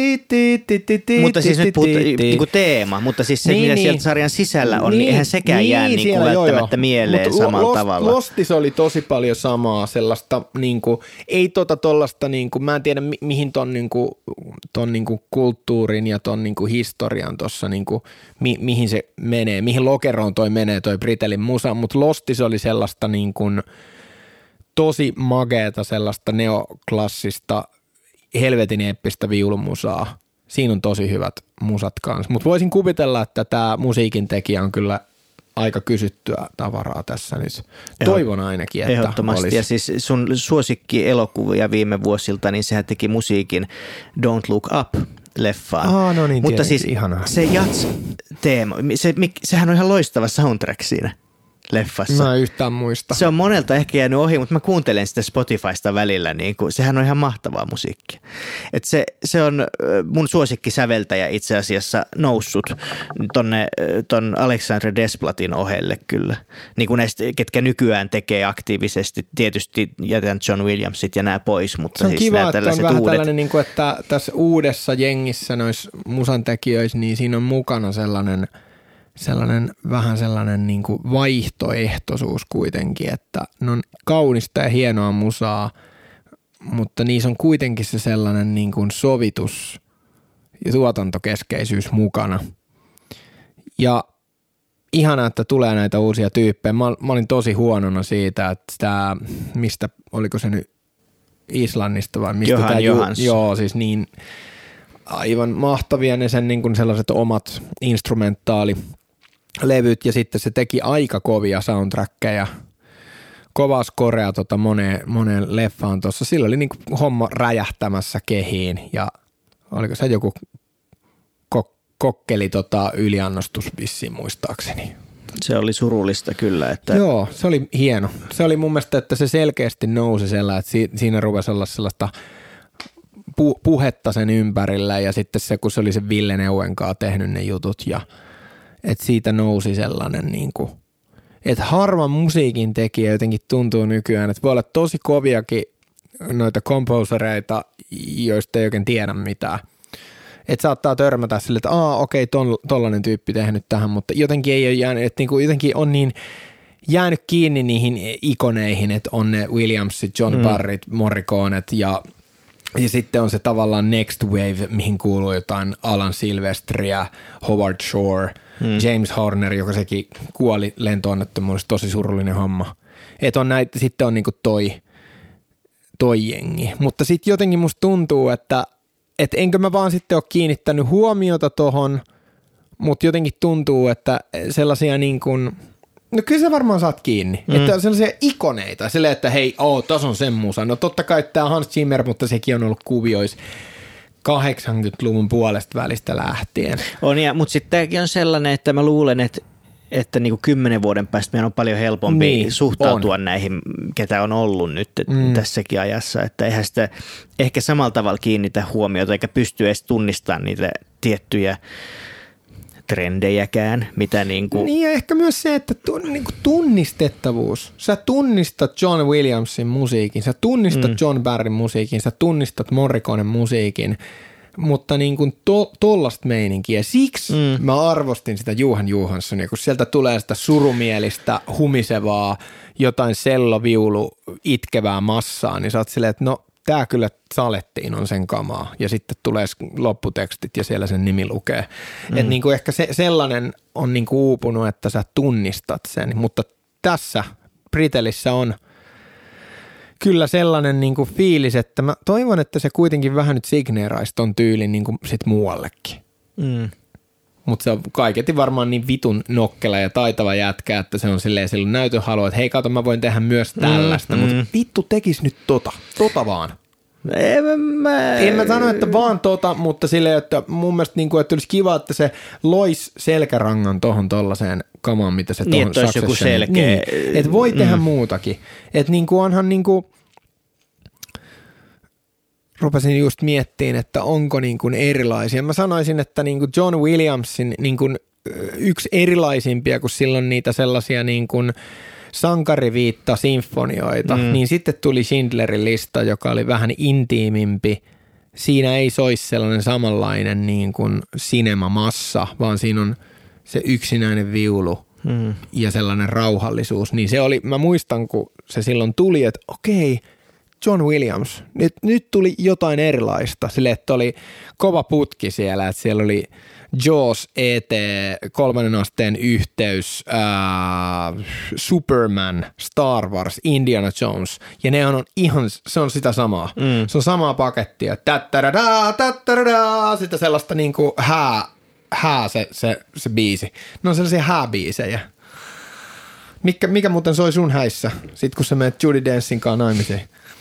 mutta siis nyt puhutaan niinku teema, mutta siis se, mitä sieltä sarjan sisällä on, niin eihän sekään jää niinku välttämättä mieleen samalla tavalla. Lostis oli tosi paljon samaa sellaista, niinku, ei tollasta, niinku, mä en tiedä mihin ton niinku kulttuurin ja ton niinku historian tossa, niinku, mihin se menee, mihin lokeroon toi menee toi Britellin musa, mutta Lostis oli sellaista niinku tosi mageeta sellaista neoklassista, helvetin eeppistä viulumusaa. Siinä on tosi hyvät musat kanssa. Mutta voisin kuvitella, että tämä musiikin tekijä on kyllä aika kysyttyä tavaraa tässä. Niin toivon ainakin, että ehdottomasti. olisi. Ja siis sun suosikki elokuvia viime vuosilta, niin sehän teki musiikin Don't Look Up-leffaan. No niin, mutta siis ihanaa. Se jazz-teema, sehän on ihan loistava soundtrack siinä leffassa. Mä en yhtään muista. Se on monelta ehkä jäänyt ohi, mutta mä kuuntelen sitä Spotifysta välillä, niin kuin, sehän on ihan mahtavaa musiikkia. Et se on mun suosikkisäveltäjä itse asiassa noussut ton Alexandre Desplatin ohelle kyllä. Niin kuin näistä, ketkä nykyään tekee aktiivisesti, tietysti jätän John Williamsit ja nämä pois, mutta se on siis kiva, nämä että tällaiset on vähän uudet. tällainen, niin kuin, että tässä uudessa jengissä noissa musantekijöissä, niin siinä on mukana sellainen vähän sellainen niin kuin vaihtoehtoisuus kuitenkin, että ne on kaunista ja hienoa musaa, mutta niissä on kuitenkin se sellainen niin kuin sovitus ja tuotantokeskeisyys mukana. Ja ihana, että tulee näitä uusia tyyppejä. Mä olin tosi huonona siitä, että tämä, mistä, oliko se nyt Islannista vai mistä Johan Johansson. Joo, siis niin aivan mahtavia ne sen niin kuin sellaiset omat instrumentaalilevyt ja sitten se teki aika kovia soundtrackeja kovaa skorea moneen leffaan tuossa. Sillä oli niinku homma räjähtämässä kehiin ja oliko se joku kokkeli yliannostus vissiin muistaakseni. Se oli surullista kyllä. Että... Joo, se oli hieno. Se oli mun mielestä, että se selkeästi nousi sellainen, että siinä rupesi olla sellaista puhetta sen ympärillä ja sitten se, kun se oli se Ville Neuenkaa tehnyt ne jutut ja että siitä nousi sellainen niin kuin, että harva musiikin tekijä jotenkin tuntuu nykyään, että voi olla tosi koviakin noita komposereita, joista ei oikein tiedä mitään. Että saattaa törmätä sille, että okei, tollainen tyyppi tehnyt tähän, mutta jotenkin ei ole jäänyt, että niinku jotenkin on niin jäänyt kiinni niihin ikoneihin, että on ne Williamsit, John Barryt, Morriconet ja sitten on se tavallaan next wave, mihin kuuluu jotain Alan Silvestria, Howard Shore, James Horner, joka sekin kuoli lentoonnettomuudessa, tosi surullinen homma. Että on näitä, sitten on niinku toi jengi. Mutta sitten jotenkin musta tuntuu, että enkö mä vaan sitten ole kiinnittänyt huomiota tohon, mutta jotenkin tuntuu, että sellaisia niin kuin, no kyllä sä varmaan saat kiinni, että on sellaisia ikoneita, silleen, että hei, tässä on sen musa. No totta kai tämä Hans Zimmer, mutta sekin on ollut kuvioissa 80-luvun puolesta välistä lähtien. On, mutta sitten tämäkin on sellainen, että mä luulen, että niin kuin 10 vuoden päästä meidän on paljon helpompi suhtautua näihin, ketä on ollut nyt tässäkin ajassa, että eihän sitä ehkä samalla tavalla kiinnitä huomiota eikä pysty edes tunnistamaan niitä tiettyjä trendejäkään, mitä Niin ja ehkä myös se, että tunnistettavuus. Sä tunnistat John Williamsin musiikin, sä tunnistat John Barryn musiikin, sä tunnistat Morriconen musiikin, mutta niin kuin tollasta meininkiä. Siksi mä arvostin sitä Johan Johanssonia, kun sieltä tulee sitä surumielistä, humisevaa, jotain selloviulu itkevää massaa, niin sä oot silleen, että no tää kyllä salettiin on sen kamaa. Ja sitten tulee lopputekstit ja siellä sen nimi lukee. Että niin kuin ehkä sellainen on niin kuin uupunut, että sä tunnistat sen, mutta tässä Britelissä on kyllä sellainen niin kuin fiilis, että mä toivon, että se kuitenkin vähän nyt signeeraisi ton tyylin niin kuin sit muuallekin. Mutta se on kaiketi varmaan niin vitun nokkela ja taitava jätkä, että se on silleen näytön halu, että hei kato, mä voin tehdä myös tällaista, mutta vittu tekis nyt tota vaan. En mä sano, että vaan mutta silleen, että mun mielestä niin kuin, että olisi kiva, että se loisi selkärangan tohon tollaiseen kamaan, mitä se tohon Succession. Niin, että voi tehdä muutakin. Että niin kuin onhan niin kuin, rupesin just miettimään, että onko niin kuin erilaisia. Mä sanoisin, että niin kuin John Williamsin niin kuin yksi erilaisimpia, kun silloin niitä sellaisia niin kuin sankariviitta-sinfonioita, niin sitten tuli Schindlerin lista, joka oli vähän intiimimpi. Siinä ei soisi sellainen samanlainen niin kuin sinemamassa, vaan siinä on se yksinäinen viulu ja sellainen rauhallisuus. Niin se oli, mä muistan, kun se silloin tuli, että okei, John Williams, nyt tuli jotain erilaista. Sille, että oli kova putki siellä, että siellä oli Jaws, E.T., 3. asteen yhteys, Superman, Star Wars, Indiana Jones. Ja ne on ihan, se on sitä samaa. Se on samaa pakettia. Sitten sellaista niinku se biisi. Ne on sellaisia hääbiisejä. Mikä muuten soi sun häissä, sit kun sä menet Judi Densin kanssa naimisiin?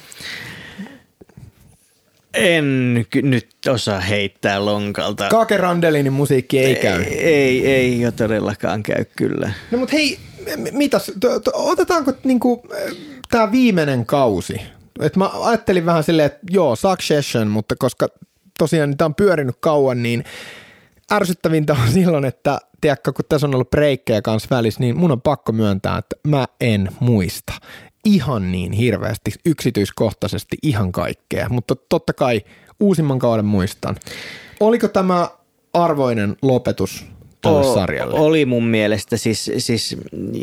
En nyt osaa heittää lonkalta. Kake Randelinin musiikki ei käy. Ei jo todellakaan käy kyllä. No mut hei, mitäs, otetaanko niinku tää viimeinen kausi? Et mä ajattelin vähän silleen, että joo, Succession, mutta koska tosiaan tää on pyörinyt kauan, niin ärsyttävintä on silloin, että tiedätkö, kun tässä on ollut breikkejä kanssa välissä, niin mun on pakko myöntää, että mä en muista ihan niin hirveästi, yksityiskohtaisesti ihan kaikkea, mutta totta kai uusimman kauden muistan. Oliko tämä arvoinen lopetus tälle sarjalle? Oli mun mielestä, siis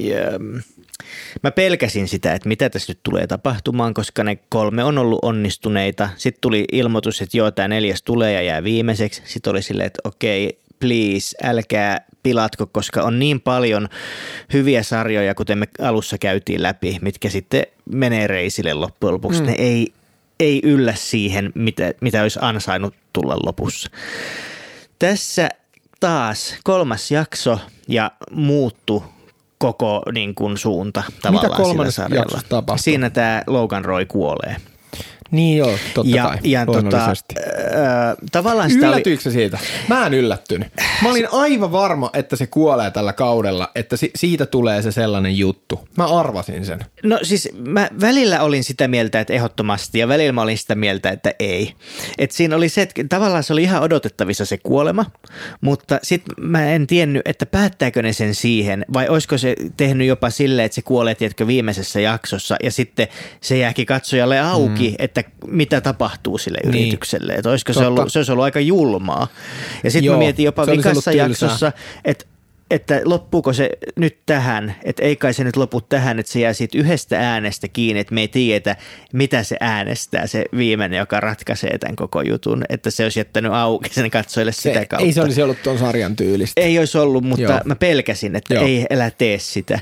mä pelkäsin sitä, että mitä tässä nyt tulee tapahtumaan, koska ne 3 on ollut onnistuneita. Sitten tuli ilmoitus, että joo, tämä 4. tulee ja jää viimeiseksi. Sitten oli silleen, että okei, please, älkää pilatko, koska on niin paljon hyviä sarjoja, kuten me alussa käytiin läpi, mitkä sitten menee reisille loppujen lopuksi. Ne ei yllä siihen, mitä olisi ansainnut tulla lopussa. Tässä taas 3. jakso ja muuttu koko niin kuin suunta tavallaan. Mitä kolmannessa jaksossa tapahtuu? Siinä tämä Logan Roy kuolee. Niin joo, totta kai, luonnollisesti. Tavallaan yllätyikö se siitä? Mä en yllättynyt. Mä olin aivan varma, että se kuolee tällä kaudella, että siitä tulee se sellainen juttu. Mä arvasin sen. No siis mä välillä olin sitä mieltä, että ehdottomasti ja välillä mä olin sitä mieltä, että ei. Et siinä oli se, että tavallaan se oli ihan odotettavissa se kuolema, mutta sitten mä en tiennyt, että päättääkö ne sen siihen vai olisiko se tehnyt jopa silleen, että se kuolee, tiedätkö, viimeisessä jaksossa ja sitten se jääkin katsojalle auki, että mitä tapahtuu sille yritykselle. Että olisiko se olisi ollut aika julmaa. Ja sitten mä mietin jopa vikassa jaksossa, että loppuuko se nyt tähän, että ei kai se nyt lopu tähän, että se jää siitä yhdestä äänestä kiinni, että me ei tiedä, mitä se äänestää, se viimeinen, joka ratkaisee tämän koko jutun, että se olisi jättänyt auki sen katsojille sitä kautta. Ei se olisi ollut tuon sarjan tyylistä. Ei olisi ollut, mutta mä pelkäsin, että ei älä tee sitä.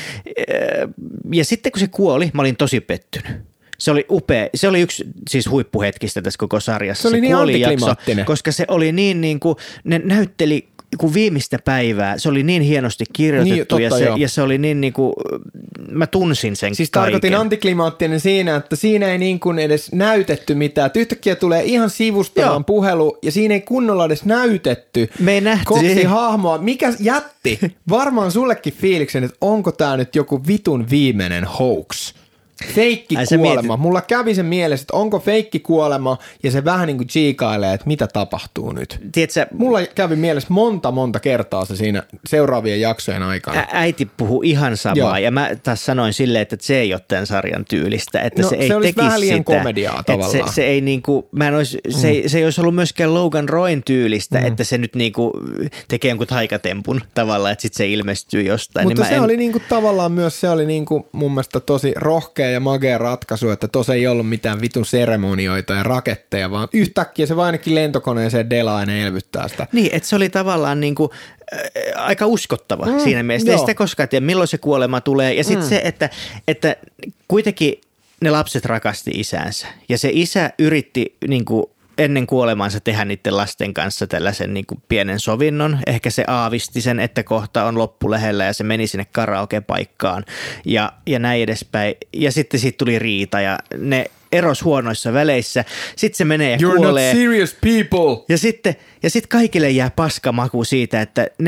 Ja sitten kun se kuoli, mä olin tosi pettynyt. Se oli upea. Se oli yksi siis huippuhetkistä tässä koko sarjassa. Se oli niin antiklimaattinen. Koska se oli niin kuin, ne näytteli kuin viimeistä päivää. Se oli niin hienosti kirjoitettu niin, ja se oli niin kuin, mä tunsin sen siis kaiken. Tarkoitin antiklimaattinen siinä, että siinä ei niin kuin edes näytetty mitään. Yhtäkkiä tulee ihan sivustavan puhelu ja siinä ei kunnolla edes näytetty. Me ei nähty. Koksi hahmoa. Mikä jätti? Varmaan sullekin fiiliksen, että onko tää nyt joku vitun viimeinen hoax. Feikki kuolema. Mulla kävi sen mielessä, että onko feikki kuolema ja se vähän niin kuin tsiikailee, että mitä tapahtuu nyt. Tiedätkö, mulla kävi mielessä monta kertaa se siinä seuraavien jaksojen aikana. Äiti puhuu ihan samaa ja mä taas sanoin silleen, että se ei ole tämän sarjan tyylistä. Että se ei se olisi tekisi vähän liian sitä, komediaa tavallaan. Se ei niinku, se ei olisi ollut myöskään Logan Royn tyylistä, että se nyt niinku tekee jonkun taikatempun tavallaan, että sitten se ilmestyy jostain. Mutta niin se oli niinku tavallaan myös, se oli niinku mun mielestä tosi rohkea ja magea ratkaisu, että tos ei ollut mitään vitun seremonioita ja raketteja, vaan yhtäkkiä se vain ainakin lentokoneeseen delaa ja ne elvyttää sitä. Niin, että se oli tavallaan niinku, aika uskottava siinä mielessä. Ei sitä koskaan tiedä, milloin se kuolema tulee. Ja sitten se, että kuitenkin ne lapset rakasti isäänsä. Ja se isä yritti niinku ennen kuolemaansa tehdä niiden lasten kanssa tällaisen niin kuin pienen sovinnon. Ehkä se aavisti sen, että kohta on loppu lähellä ja se meni sinne karaoke-paikkaan ja näin edespäin. Ja sitten siitä tuli riita ja ne eros huonoissa väleissä. Sitten se menee ja You're kuolee. Not serious people. Ja sitten kaikille jää paskamaku siitä, että ne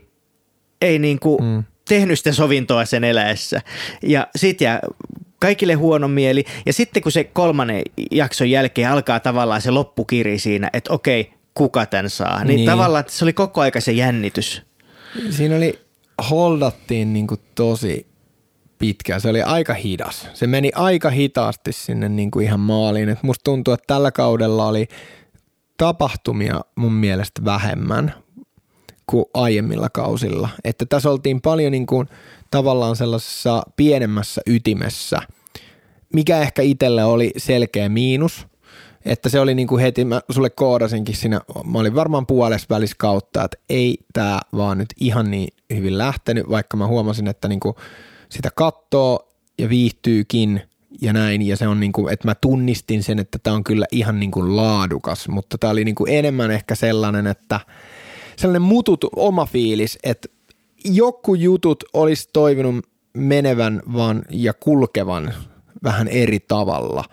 ei niin kuin tehnyt sitä sovintoa sen eläessä. Ja sitten jää kaikille huono mieli. Ja sitten kun se kolmannen jakson jälkeen alkaa tavallaan se loppukiri siinä, että okei, kuka tämän saa. Niin tavallaan että se oli koko aika se jännitys. Siinä holdattiin niin kuin tosi pitkään. Se oli aika hidas. Se meni aika hitaasti sinne niin kuin ihan maaliin. Et musta tuntuu, että tällä kaudella oli tapahtumia mun mielestä vähemmän kuin aiemmilla kausilla. Että tässä oltiin paljon niin kuin tavallaan sellaisessa pienemmässä ytimessä, mikä ehkä itselle oli selkeä miinus, että se oli niin kuin heti, mä sulle koodasinkin siinä, mä olin varmaan puolessa välissä kautta, että ei tää vaan nyt ihan niin hyvin lähtenyt, vaikka mä huomasin, että niin kuin sitä kattoo ja viihtyykin ja näin, ja se on niin kuin, että mä tunnistin sen, että tää on kyllä ihan niin kuin laadukas, mutta tää oli niin kuin enemmän ehkä sellainen, että sellainen mutut oma fiilis, että joku jutut olisi toivonut menevän vaan ja kulkevan vähän eri tavalla.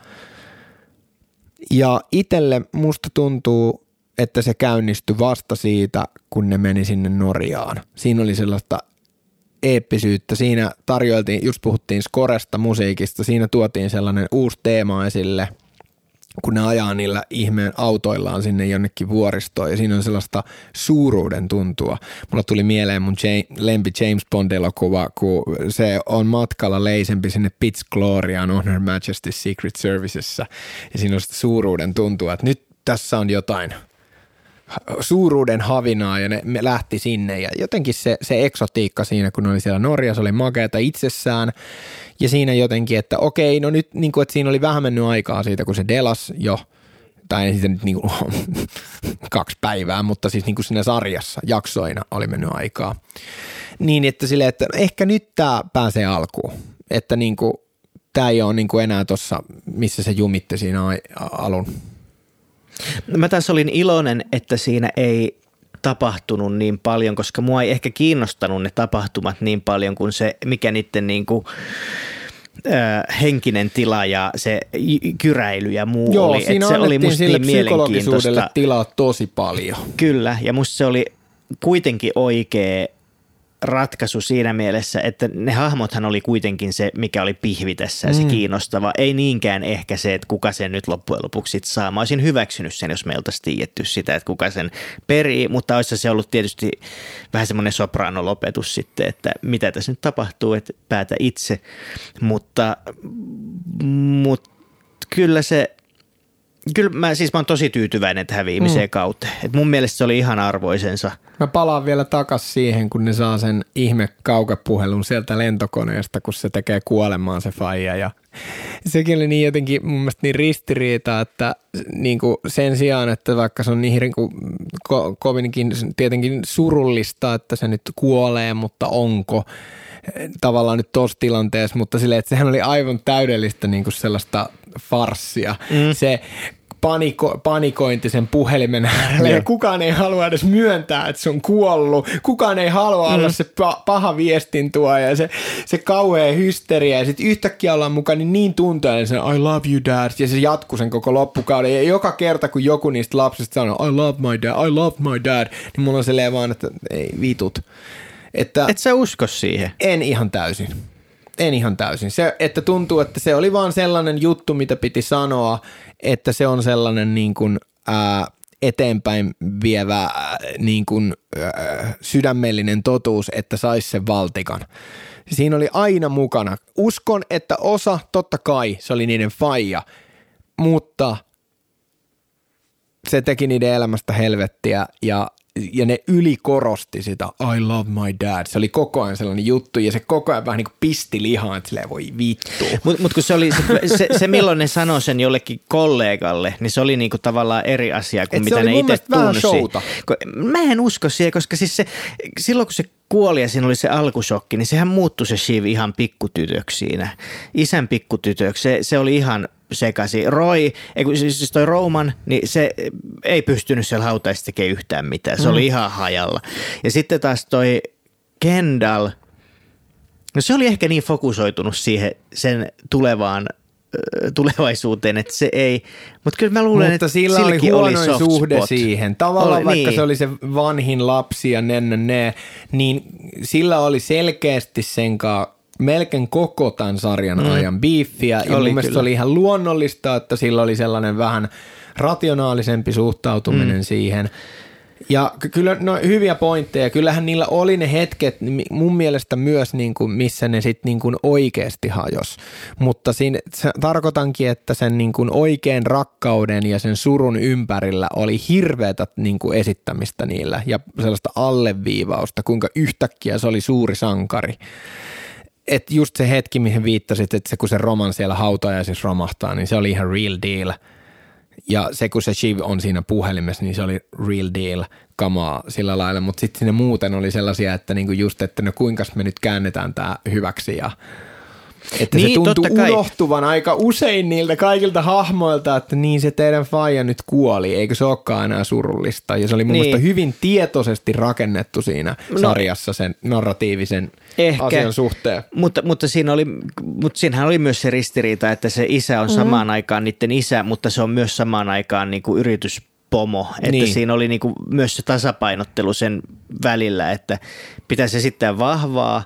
Ja itselle musta tuntuu, että se käynnistyi vasta siitä, kun ne meni sinne Norjaan. Siinä oli sellaista eeppisyyttä. Siinä tarjoiltiin, just puhuttiin skoresta, musiikista, siinä tuotiin sellainen uusi teema esille, kun ne ajaa niillä ihmeen autoillaan sinne jonnekin vuoristoon ja siinä on sellaista suuruuden tuntua. Mulla tuli mieleen mun lempi James Bond-elokuva, kun se on matkalla leisempi sinne Pitts Gloriaan On Her Majesty's Secret Servicessa ja siinä on sitä suuruuden tuntua, että nyt tässä on jotain suuruuden havinaa ja me lähti sinne ja jotenkin se eksotiikka siinä, kun ne oli siellä Norjassa, oli makeata itsessään ja siinä jotenkin, että okei, no nyt niin kuin, että siinä oli vähän mennyt aikaa siitä, kun se delas jo, tai ei siitä nyt niin kuin 2 päivää, mutta siis niin kuin siinä sarjassa jaksoina oli mennyt aikaa. Niin, että silleen, että ehkä nyt tämä pääsee alkuun, että niin kuin, tämä ei ole niin kuin enää tuossa, missä se jumitti siinä alun. Mä taas olin iloinen, että siinä ei tapahtunut niin paljon, koska mua ei ehkä kiinnostanut ne tapahtumat niin paljon kuin se, mikä niiden niin kuin henkinen tila ja se kyräily ja muu oli. Siinä se oli musta sille niin psykologisuudelle tilaa tosi paljon. Kyllä, ja musta se oli kuitenkin oikea ratkaisu siinä mielessä, että ne hahmothan oli kuitenkin se, mikä oli pihvitessä ja se kiinnostava. Ei niinkään ehkä se, että kuka sen nyt loppujen lopuksi sit saa. Mä olisin hyväksynyt sen, jos me oltaisiin tiedetty sitä, että kuka sen perii, mutta olisi se ollut tietysti vähän semmoinen soprano-lopetus sitten, että mitä tässä nyt tapahtuu, että päätä itse. Mutta kyllä mä oon tosi tyytyväinen tähän viimeiseen kauteen. Et mun mielestä se oli ihan arvoisensa. Mä palaan vielä takas siihen, kun ne saa sen ihme kaukapuhelun sieltä lentokoneesta, kun se tekee kuolemaan se faija. Ja sekin oli niin jotenkin mun mielestä niin ristiriita, että niin kuin sen sijaan, että vaikka se on niin kovinkin tietenkin surullista, että se nyt kuolee, mutta onko tavallaan nyt tuossa tilanteessa, mutta silleen, että sehän oli aivan täydellistä niin kuin sellaista farssia. Se panikointi sen puhelimen äärellä ja kukaan ei halua edes myöntää, että se on kuollut. Kukaan ei halua olla se paha viestin tuoja ja se kauhea hysteria ja sitten yhtäkkiä ollaan mukaan niin tunteellinen sen I love you dad ja se jatkuu sen koko loppukauden ja joka kerta kun joku niistä lapsista sanoo I love my dad, niin mulla on silleen vaan, että ei vitut. Et sä usko siihen? En ihan täysin. Se, että tuntuu, että se oli vaan sellainen juttu, mitä piti sanoa, että se on sellainen niin kuin, eteenpäin vievä niin kuin, sydämellinen totuus, että saisi sen valtikan. Siinä oli aina mukana. Uskon, että osa, totta kai, se oli niiden faija, mutta se teki niiden elämästä helvettiä ja ne ylikorosti sitä I love my dad. Se oli koko ajan sellainen juttu ja se koko ajan vähän niin kuin pisti lihaan, että silleen voi vittu. Mutta kun se oli se milloin ne sanoi sen jollekin kollegalle, niin se oli niinku tavallaan eri asia kuin mitä ne itse tunsi. Mä en usko siihen, koska siis silloin kun se kuoli ja siinä oli se alkushokki, niin sehän muuttui se Shiv ihan pikkutytöksi siinä. Isän pikkutytöksi. Se oli ihan sekaisin. Siis toi Roman, niin se ei pystynyt siellä hautaissa tekemään yhtään mitään. Se oli ihan hajalla. Ja sitten taas toi Kendall, no se oli ehkä niin fokusoitunut siihen sen tulevaisuuteen, että se ei, mutta kyllä mä luulen, mutta että sillä oli huonoin suhde spot siihen. Tavallaan vaikka se oli se vanhin lapsi ja niin sillä oli selkeästi senkaan melkein koko tämän sarjan ajan biiffiä. Ja mun mielestä se oli ihan luonnollista, että sillä oli sellainen vähän rationaalisempi suhtautuminen siihen. Ja kyllä hyviä pointteja. Kyllähän niillä oli ne hetket mun mielestä myös, niin kuin, missä ne sitten niin kuin oikeasti hajos. Mutta siinä tarkoitankin, että sen niin kuin oikean rakkauden ja sen surun ympärillä oli hirveätä niin kuin esittämistä niillä ja sellaista alleviivausta, kuinka yhtäkkiä se oli suuri sankari. Että just se hetki, mihin viittasit, että se kun se Roman siellä hautajaisissa romahtaa, niin se oli ihan real deal. Ja se, kun se Shiv on siinä puhelimessa, niin se oli real deal kamaa sillä lailla. Mutta sitten sinne muuten oli sellaisia, että niinku just, että no kuinka me nyt käännetään tämä hyväksi. Ja että niin, se tuntui unohtuvan aika usein niiltä kaikilta hahmoilta, että niin se teidän faija nyt kuoli, eikö se olekaan enää surullista. Ja se oli mun mielestä hyvin tietoisesti rakennettu siinä sarjassa sen narratiivisen asian suhteen. Mutta siinähän oli myös se ristiriita, että se isä on samaan aikaan niiden isä, mutta se on myös samaan aikaan niinku yrityspomo. Että siinä oli niinku myös se tasapainottelu sen välillä, että pitäisi esittää vahvaa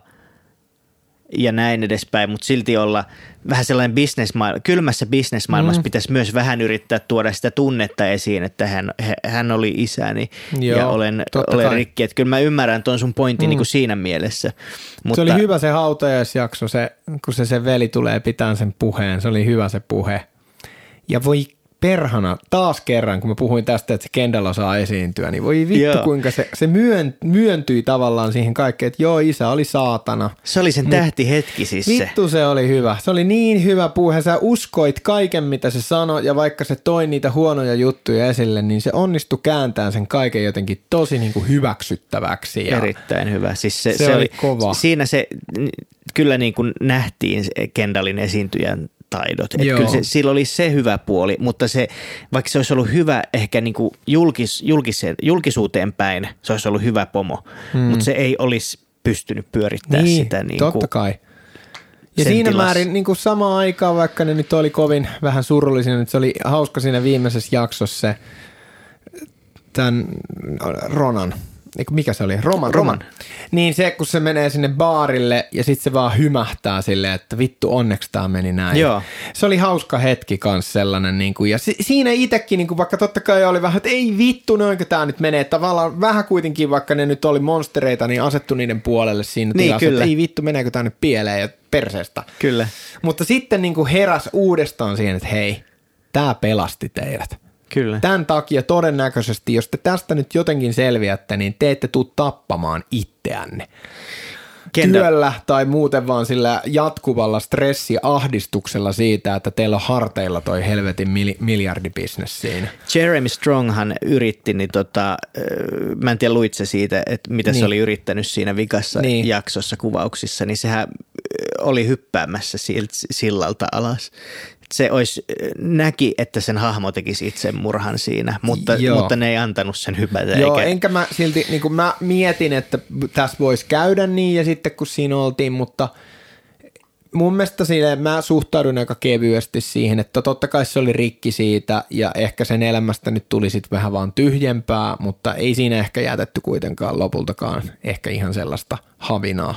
ja näin edespäin, mutta silti olla vähän sellainen kylmässä bisnesmaailmassa pitäisi myös vähän yrittää tuoda sitä tunnetta esiin, että hän oli isäni ja olen rikki. Että kyllä mä ymmärrän tuon sun pointin niin kuin siinä mielessä. Mutta se oli hyvä se hautajaisjakso, kun se veli tulee pitämään sen puheen. Se oli hyvä se puhe. Ja voi perhana, taas kerran, kun mä puhuin tästä, että se Kendall osaa esiintyä, niin voi vittu, kuinka se myöntyi tavallaan siihen kaikkeen, että joo, isä oli saatana. Se oli sen tähtihetki siis se. Vittu se oli hyvä. Se oli niin hyvä puhe. Sä uskoit kaiken, mitä se sanoi, ja vaikka se toi niitä huonoja juttuja esille, niin se onnistui kääntämään sen kaiken jotenkin tosi niin kuin hyväksyttäväksi. Ja erittäin hyvä. Siis se oli kova. Siinä se kyllä niin kuin nähtiin Kendallin esiintyjän taidot. Että kyllä sillä oli se hyvä puoli, mutta vaikka se olisi ollut hyvä ehkä niin kuin julkisuuteen päin, se olisi ollut hyvä pomo, mutta se ei olisi pystynyt pyörittämään sitä. Niin totta kai. Ja siinä määrin niin kuin samaan aikaan, vaikka ne nyt oli kovin vähän surullisia, nyt se oli hauska siinä viimeisessä jaksossa se tämän Ronan. Mikä se oli? Roman. Niin se, kun se menee sinne baarille ja sitten se vaan hymähtää silleen, että vittu onneksi tämä meni näin. Joo. Se oli hauska hetki kans sellainen. Niin kuin, ja siinä itsekin, niin kuin, vaikka totta kai oli vähän, että ei vittu, noinko tämä nyt menee. Tavallaan vähän kuitenkin, vaikka ne nyt oli monstereita, niin asettu niiden puolelle siinä tilassa, että ei vittu, meneekö tämä nyt pieleen ja perseestä. Kyllä. Mutta sitten niin kuin heräs uudestaan siihen, että hei, tämä pelasti teidät. Kyllä. Tämän takia todennäköisesti, jos te tästä nyt jotenkin selviätte, niin te ette tule tappamaan itseänne. Työllä tai muuten vaan sillä jatkuvalla stressiahdistuksella siitä, että teillä on harteilla toi helvetin miljardibisnes siinä. Jeremy Stronghan yritti, niin mä en tiedä luitse siitä, että mitä se oli yrittänyt siinä vikassa jaksossa kuvauksissa, niin sehän oli hyppäämässä sillalta alas. Se näki, että sen hahmo tekisi itsemurhan siinä, mutta ne ei antanut sen hypätä. Joo, enkä mä silti, niin kuin mä mietin, että tässä voisi käydä niin ja sitten kun siinä oltiin, mutta mun mielestä mä suhtaudun aika kevyesti siihen, että totta kai se oli rikki siitä ja ehkä sen elämästä nyt tuli sitten vähän vaan tyhjempää, mutta ei siinä ehkä jätetty kuitenkaan lopultakaan ehkä ihan sellaista havinaa.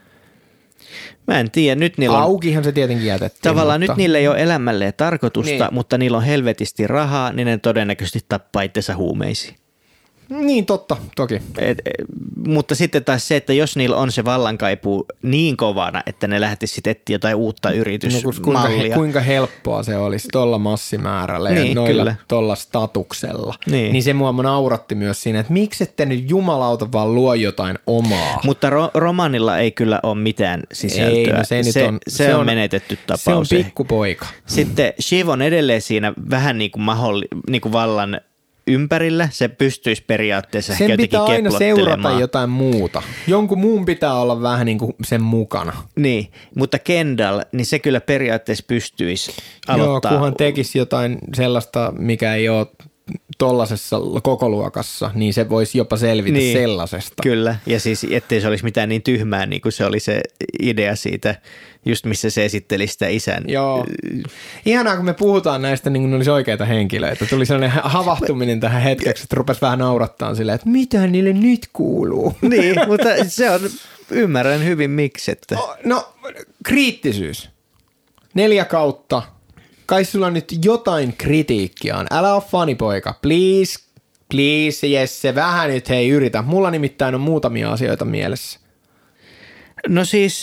Mä en tiedä, nyt niillä on... Aukihan se tietenkin jätettiin. Tavallaan nyt niillä ei ole elämälleen tarkoitusta, mutta niillä on helvetisti rahaa, niin ne todennäköisesti tappaa itsensä huumeisiin. Niin, totta, toki. Mutta sitten taas se, että jos niillä on se vallankaipu niin kovana, että ne lähtisivät sitten etsiä jotain uutta yritysmallia. Kuinka helppoa se olisi tuolla massimäärällä ja noilla tuolla statuksella. Niin se mua nauratti myös siinä, että miksi ette nyt jumalauta vaan luo jotain omaa. Mutta romanilla ei kyllä ole mitään sisältöä. Ei, no se on menetetty tapaus. Se on pikkupoika. Sitten Shiv on edelleen siinä vähän niin kuin vallan ympärillä, se pystyisi periaatteessa sen pitää aina seurata jotain muuta. Jonkun muun pitää olla vähän niin kuin sen mukana. Niin, mutta Kendall, niin se kyllä periaatteessa pystyisi aloittaa. Joo, kunhan tekisi jotain sellaista, mikä ei ole tollaisessa kokoluokassa, niin se voisi jopa selvitä sellaisesta. Kyllä, ja siis ettei se olisi mitään niin tyhmää, niin kuin se oli se idea siitä, just missä se esitteli sitä isän. Joo, ihanaa kun me puhutaan näistä niin kuin ne olisi oikeita henkilöitä. Tuli sellainen havahtuminen tähän hetkeksi, että rupesi vähän naurattaa silleen, että mitä niille nyt kuuluu. Niin, mutta se on, ymmärrän hyvin miksi. Että... No, kriittisyys. 4 kautta. Kai sulla nyt jotain kritiikkiä on. Älä ole fanipoika. Please, Jesse, vähän nyt hei yritä. Mulla nimittäin on muutamia asioita mielessä. No siis,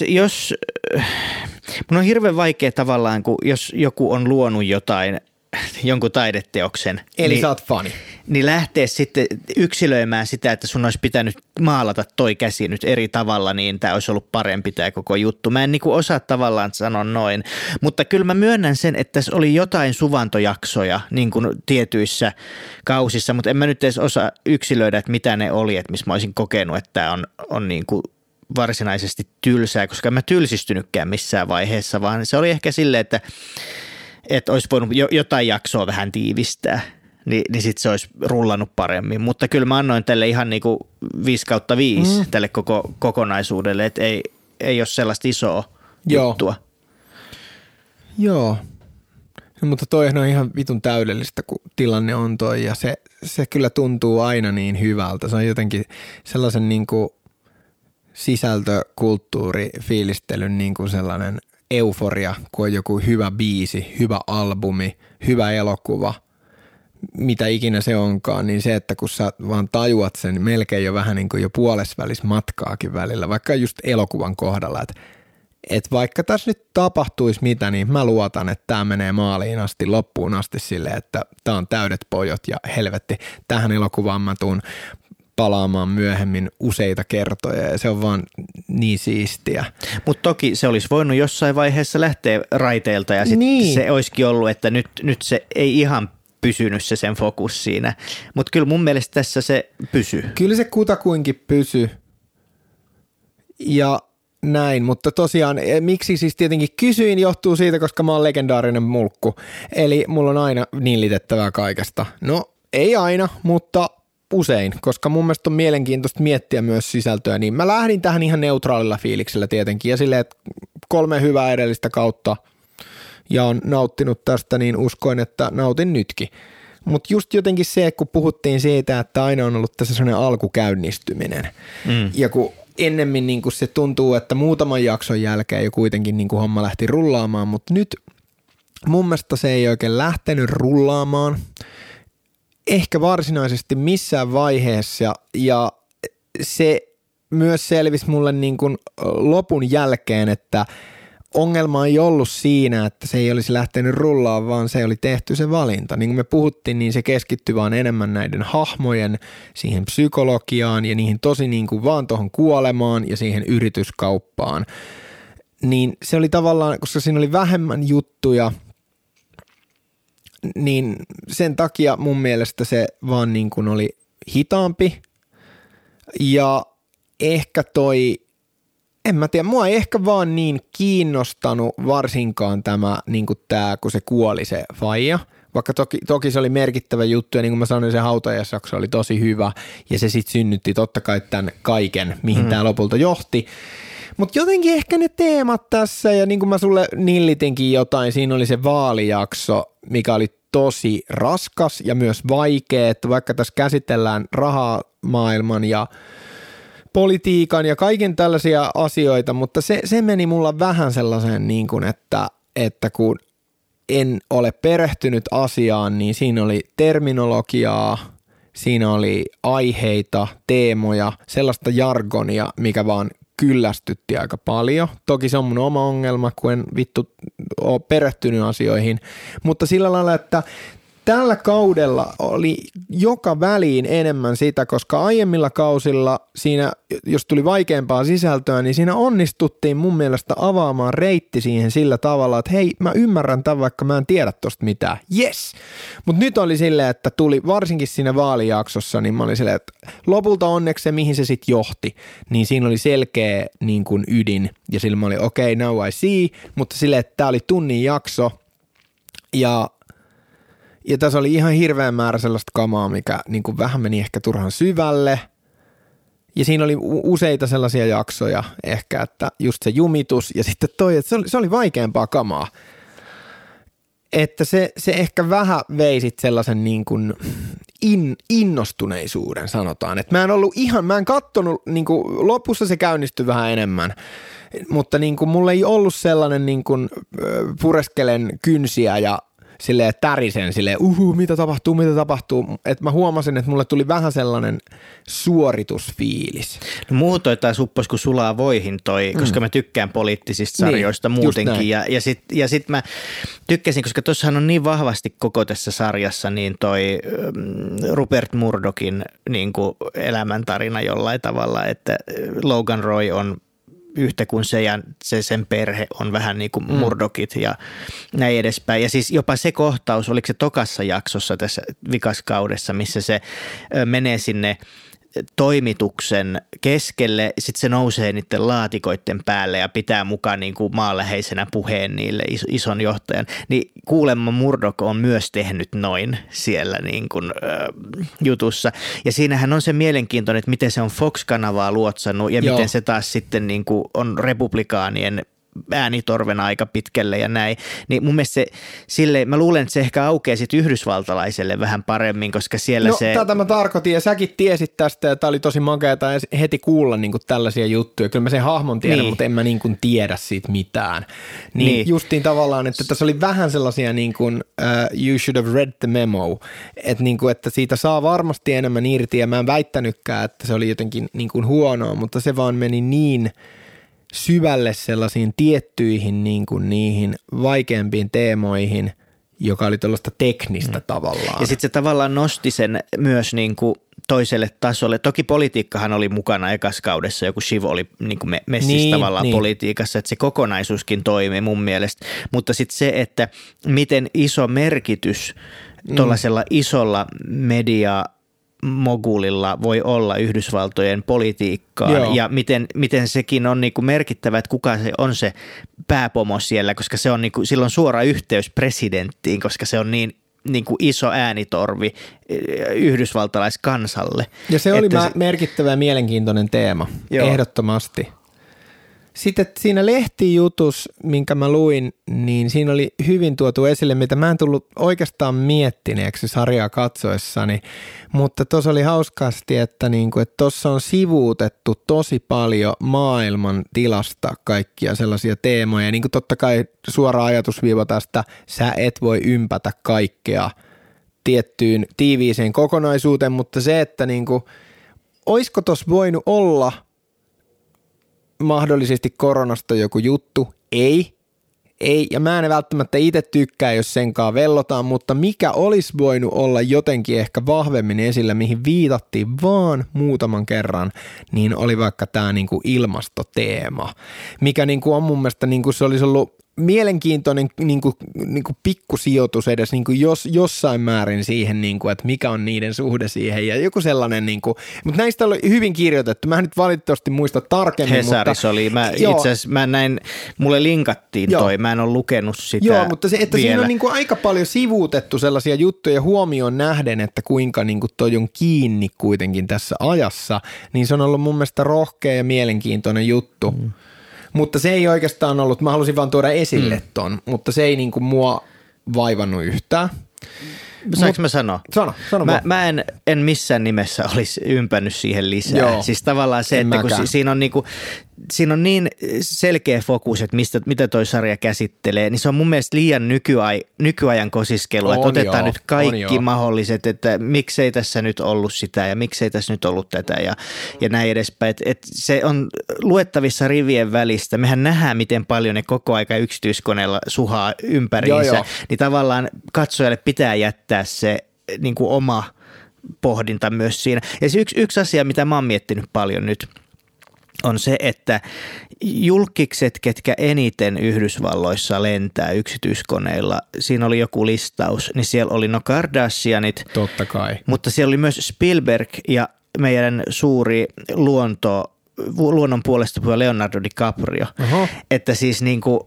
mun on hirveän vaikea tavallaan, kun jos joku on luonut jonkun taideteoksen. Eli niin, sä oot fani. Niin lähtee sitten yksilöimään sitä, että sun olisi pitänyt maalata toi käsi nyt eri tavalla, niin tämä olisi ollut parempi tämä koko juttu. Mä en niin kuin osaa tavallaan sanoa noin, mutta kyllä mä myönnän sen, että tässä oli jotain suvantojaksoja niin kuin tietyissä kausissa, mutta en mä nyt edes osaa yksilöidä, että mitä ne oli, että missä mä olisin kokenut, että tämä on niin kuin varsinaisesti tylsää, koska en mä tylsistynytkään missään vaiheessa, vaan se oli ehkä silleen, että olisi voinut jotain jaksoa vähän tiivistää, niin sitten se olisi rullannut paremmin. Mutta kyllä mä annoin tälle ihan niin kuin 5/5 tälle koko kokonaisuudelle, että ei ole sellaista isoa juttua. Joo. No, mutta toihan on ihan vitun täydellistä, kun tilanne on toi, ja se kyllä tuntuu aina niin hyvältä. Se on jotenkin sellaisen niin kuin sisältökulttuurifiilistelyn niin kuin sellainen euforia, kun on joku hyvä biisi, hyvä albumi, hyvä elokuva, mitä ikinä se onkaan, niin se, että kun sä vaan tajuat sen melkein jo vähän niin kuin jo puolesvälis matkaakin välillä, vaikka just elokuvan kohdalla, että vaikka tässä nyt tapahtuisi mitä, niin mä luotan, että tämä menee maaliin asti, loppuun asti silleen, että tämä on täydet pojot ja helvetti, tähän elokuvaan mä tuun palaamaan myöhemmin useita kertoja ja se on vaan niin siistiä. Mutta toki se olisi voinut jossain vaiheessa lähteä raiteilta ja sitten se olisikin ollut, että nyt se ei ihan pysynyt se sen fokus siinä. Mutta kyllä mun mielestä tässä se pysyy. Kyllä se kutakuinkin pysyy. Ja näin, mutta tosiaan miksi siis tietenkin kysyin johtuu siitä, koska mä oon legendaarinen mulkku, eli mulla on aina nillitettävää kaikesta. No ei aina, mutta usein, koska mun mielestä on mielenkiintoista miettiä myös sisältöä, niin mä lähdin tähän ihan neutraalilla fiiliksellä tietenkin ja silleen, että 3 hyvää edellistä kautta ja on nauttinut tästä, niin uskoin, että nautin nytkin. Mutta just jotenkin se, kun puhuttiin siitä, että aina on ollut tässä sellainen alkukäynnistyminen ja kun ennemmin niin kun se tuntuu, että muutaman jakson jälkeen jo kuitenkin niin kun homma lähti rullaamaan, mutta nyt mun mielestä se ei oikein lähtenyt rullaamaan. Ehkä varsinaisesti missään vaiheessa ja se myös selvisi mulle niin kuin lopun jälkeen, että ongelma ei ollut siinä, että se ei olisi lähtenyt rullaamaan, vaan se oli tehty se valinta. Niin kuin me puhuttiin, niin se keskittyi vaan enemmän näiden hahmojen, siihen psykologiaan ja niihin tosi niin kuin vaan tuohon kuolemaan ja siihen yrityskauppaan. Niin se oli tavallaan, koska siinä oli vähemmän juttuja, niin sen takia mun mielestä se vaan niin kuin oli hitaampi ja ehkä en mä tiedä, mua ei ehkä vaan niin kiinnostanut varsinkaan tämä, niin kuin tämä, kun se kuoli se faija, vaikka toki se oli merkittävä juttu ja niin kuin mä sanoin, se hautajaisjakso oli tosi hyvä ja se sitten synnytti totta kai tämän kaiken, mihin tämä lopulta johti. Mutta jotenkin ehkä ne teemat tässä ja niin kuin mä sulle nillitinkin jotain, siinä oli se vaalijakso, mikä oli tosi raskas ja myös vaikea, että vaikka tässä käsitellään rahamaailman ja politiikan ja kaiken tällaisia asioita, mutta se meni mulla vähän sellaiseen niin kuin, että kun en ole perehtynyt asiaan, niin siinä oli terminologiaa, siinä oli aiheita, teemoja, sellaista jargonia, mikä vaan kyllästytti aika paljon. Toki se on mun oma ongelma, kun en vittu ole perehtynyt asioihin, mutta sillä lailla, että tällä kaudella oli joka väliin enemmän sitä, koska aiemmilla kausilla siinä, jos tuli vaikeampaa sisältöä, niin siinä onnistuttiin mun mielestä avaamaan reitti siihen sillä tavalla, että hei, mä ymmärrän tämän, vaikka mä en tiedä tosta mitään. Yes! Mutta nyt oli silleen, että tuli varsinkin siinä vaalijaksossa, niin mä olin silleen, että lopulta onneksi se, mihin se sitten johti, niin siinä oli selkeä niin kuin ydin. Ja sillä mä olin, okay, now I see, mutta silleen, että tää oli tunnin jakso ja tässä oli ihan hirveän määrä sellaista kamaa, mikä niin kuin vähän meni ehkä turhan syvälle. Ja siinä oli useita sellaisia jaksoja ehkä, että just se jumitus ja sitten että se oli vaikeampaa kamaa. Että se ehkä vähän vei sit sellaisen niin kuin innostuneisuuden sanotaan. Että mä en kattonut, niin kuin lopussa se käynnistyi vähän enemmän. Mutta niin kuin mulla ei ollut sellainen niin kuin pureskelen kynsiä ja silleen tärisen silleen, mitä tapahtuu, että mä huomasin, että mulle tuli vähän sellainen suoritusfiilis. No muu taas uppos, kun sulaa voihin koska mä tykkään poliittisista sarjoista muutenkin ja sit mä tykkäsin, koska tossahan on niin vahvasti koko tässä sarjassa niin Rupert Murdochin niin kuin elämäntarina jollain tavalla, että Logan Roy on yhtä kuin se ja sen perhe on vähän niin kuin Murdochit ja näin edespäin. Ja siis jopa se kohtaus, oliko se tokassa jaksossa tässä vikaskaudessa, missä se menee sinne toimituksen keskelle, sitten se nousee niiden laatikoiden päälle ja pitää mukaan niin kuin maanläheisenä puheen niille ison johtajan. Niin kuulemma Murdoch on myös tehnyt noin siellä niin kuin, jutussa. Ja siinähän on se mielenkiintoinen, että miten se on Fox-kanavaa luotsannut ja miten se taas sitten niin kuin on republikaanien äänitorvena aika pitkälle ja näin, niin mun mielestä mä luulen, että se ehkä aukeaa sitten yhdysvaltalaiselle vähän paremmin, koska siellä se... tätä mä tarkoitin ja säkin tiesit tästä ja tää oli tosi makeata heti kuulla niin kuin tällaisia juttuja. Kyllä mä sen hahmon tiedän, mutta en mä niin kuin tiedä siitä mitään. Niin justiin tavallaan, että tässä oli vähän sellaisia niin kuin you should have read the memo, että, niin kuin, että siitä saa varmasti enemmän irti ja mä en väittänytkään, että se oli jotenkin niin kuin huonoa, mutta se vaan meni niin syvälle sellaisiin tiettyihin niin kuin niihin vaikeampiin teemoihin, joka oli tällaista teknistä tavallaan. Ja sitten se tavallaan nosti sen myös niin kuin toiselle tasolle. Toki politiikkahan oli mukana ekassa kaudessa, joku Shiv oli niin kuin messissä tavallaan politiikassa, että se kokonaisuuskin toimi mun mielestä. Mutta sitten se, että miten iso merkitys tuollaisella isolla mogulilla voi olla Yhdysvaltojen politiikkaan. Joo. Ja miten sekin on niin kuin merkittävä, että kuka se on se pääpomo siellä, koska se on niin kuin, silloin suora yhteys presidenttiin, koska se on niin kuin iso äänitorvi yhdysvaltalaiskansalle. Ja se oli merkittävä ja mielenkiintoinen teema, ehdottomasti. Sitten siinä lehtijutus, minkä mä luin, niin siinä oli hyvin tuotu esille, mitä mä en tullut oikeastaan miettineeksi sarjaa katsoessani, mutta tuossa oli hauskasti, että tuossa on sivuutettu tosi paljon maailman tilasta kaikkia sellaisia teemoja. Niin kuin totta kai suora ajatusviiva tästä, sä et voi ympätä kaikkea tiettyyn tiiviiseen kokonaisuuteen, mutta se, että olisiko tuossa voinut olla mahdollisesti koronasta joku juttu? Ei, ja mä en välttämättä itse tykkää, jos senkaan vellotaan, mutta mikä olisi voinut olla jotenkin ehkä vahvemmin esillä, mihin viitattiin vaan muutaman kerran, niin oli vaikka tämä ilmastoteema, mikä on mun mielestä se olisi ollut mielenkiintoinen pikkusijoitus edes jossain määrin siihen, että mikä on niiden suhde siihen ja joku sellainen, mutta näistä oli hyvin kirjoitettu. Mä en nyt valitettavasti muista tarkemmin. Hesarissa oli, itse asiassa mä näin, mulle linkattiin toi, mä en ole lukenut sitä. Joo, mutta se, että vielä. Siinä on aika paljon sivuutettu sellaisia juttuja huomioon nähden, että kuinka toi on kiinni kuitenkin tässä ajassa, niin se on ollut mun mielestä rohkea ja mielenkiintoinen juttu. Mutta se ei oikeastaan ollut, mä halusin vaan tuoda esille ton, mutta se ei mua vaivannut yhtään. Saanko mä sanoa? Sano mä en missään nimessä olisi ympännyt siihen lisää. Joo, siis tavallaan se, että kun siinä on niin selkeä fokus, että mitä toi sarja käsittelee, niin se on mun mielestä liian nykyajan kosiskelua, että otetaan nyt kaikki mahdolliset, että miksei tässä nyt ollut sitä ja miksei tässä nyt ollut tätä ja näin edespäin. Että se on luettavissa rivien välistä. Mehän nähdään, miten paljon ne koko aika yksityiskoneella suhaa ympäriinsä, niin tavallaan katsojalle pitää jättää se oma pohdinta myös siinä. Ja se yksi asia, mitä mä oon miettinyt paljon nyt, on se, että julkikset, ketkä eniten Yhdysvalloissa lentää yksityiskoneilla, siinä oli joku listaus, niin siellä oli Kardashianit. Totta kai. Mutta siellä oli myös Spielberg ja meidän suuri luonnon puolesta puhuja Leonardo DiCaprio. Oho. Että siis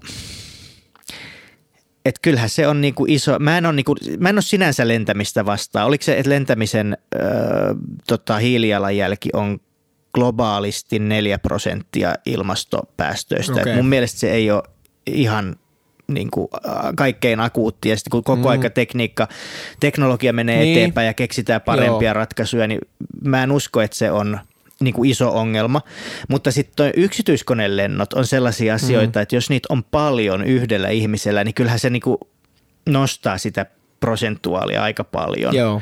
että kyllähän se on iso, mä en ole sinänsä lentämistä vastaan. Oliko se, että lentämisen hiilijalanjälki on globaalisti 4% ilmastopäästöistä. Okay. Mun mielestä se ei ole ihan kaikkein akuutti. Ja sitten kun koko aika teknologia menee eteenpäin ja keksitään parempia ratkaisuja, niin mä en usko, että se on iso ongelma. Mutta sitten yksityiskonelennot on sellaisia asioita, että jos niitä on paljon yhdellä ihmisellä, niin kyllähän se nostaa sitä prosentuaalia aika paljon. Joo.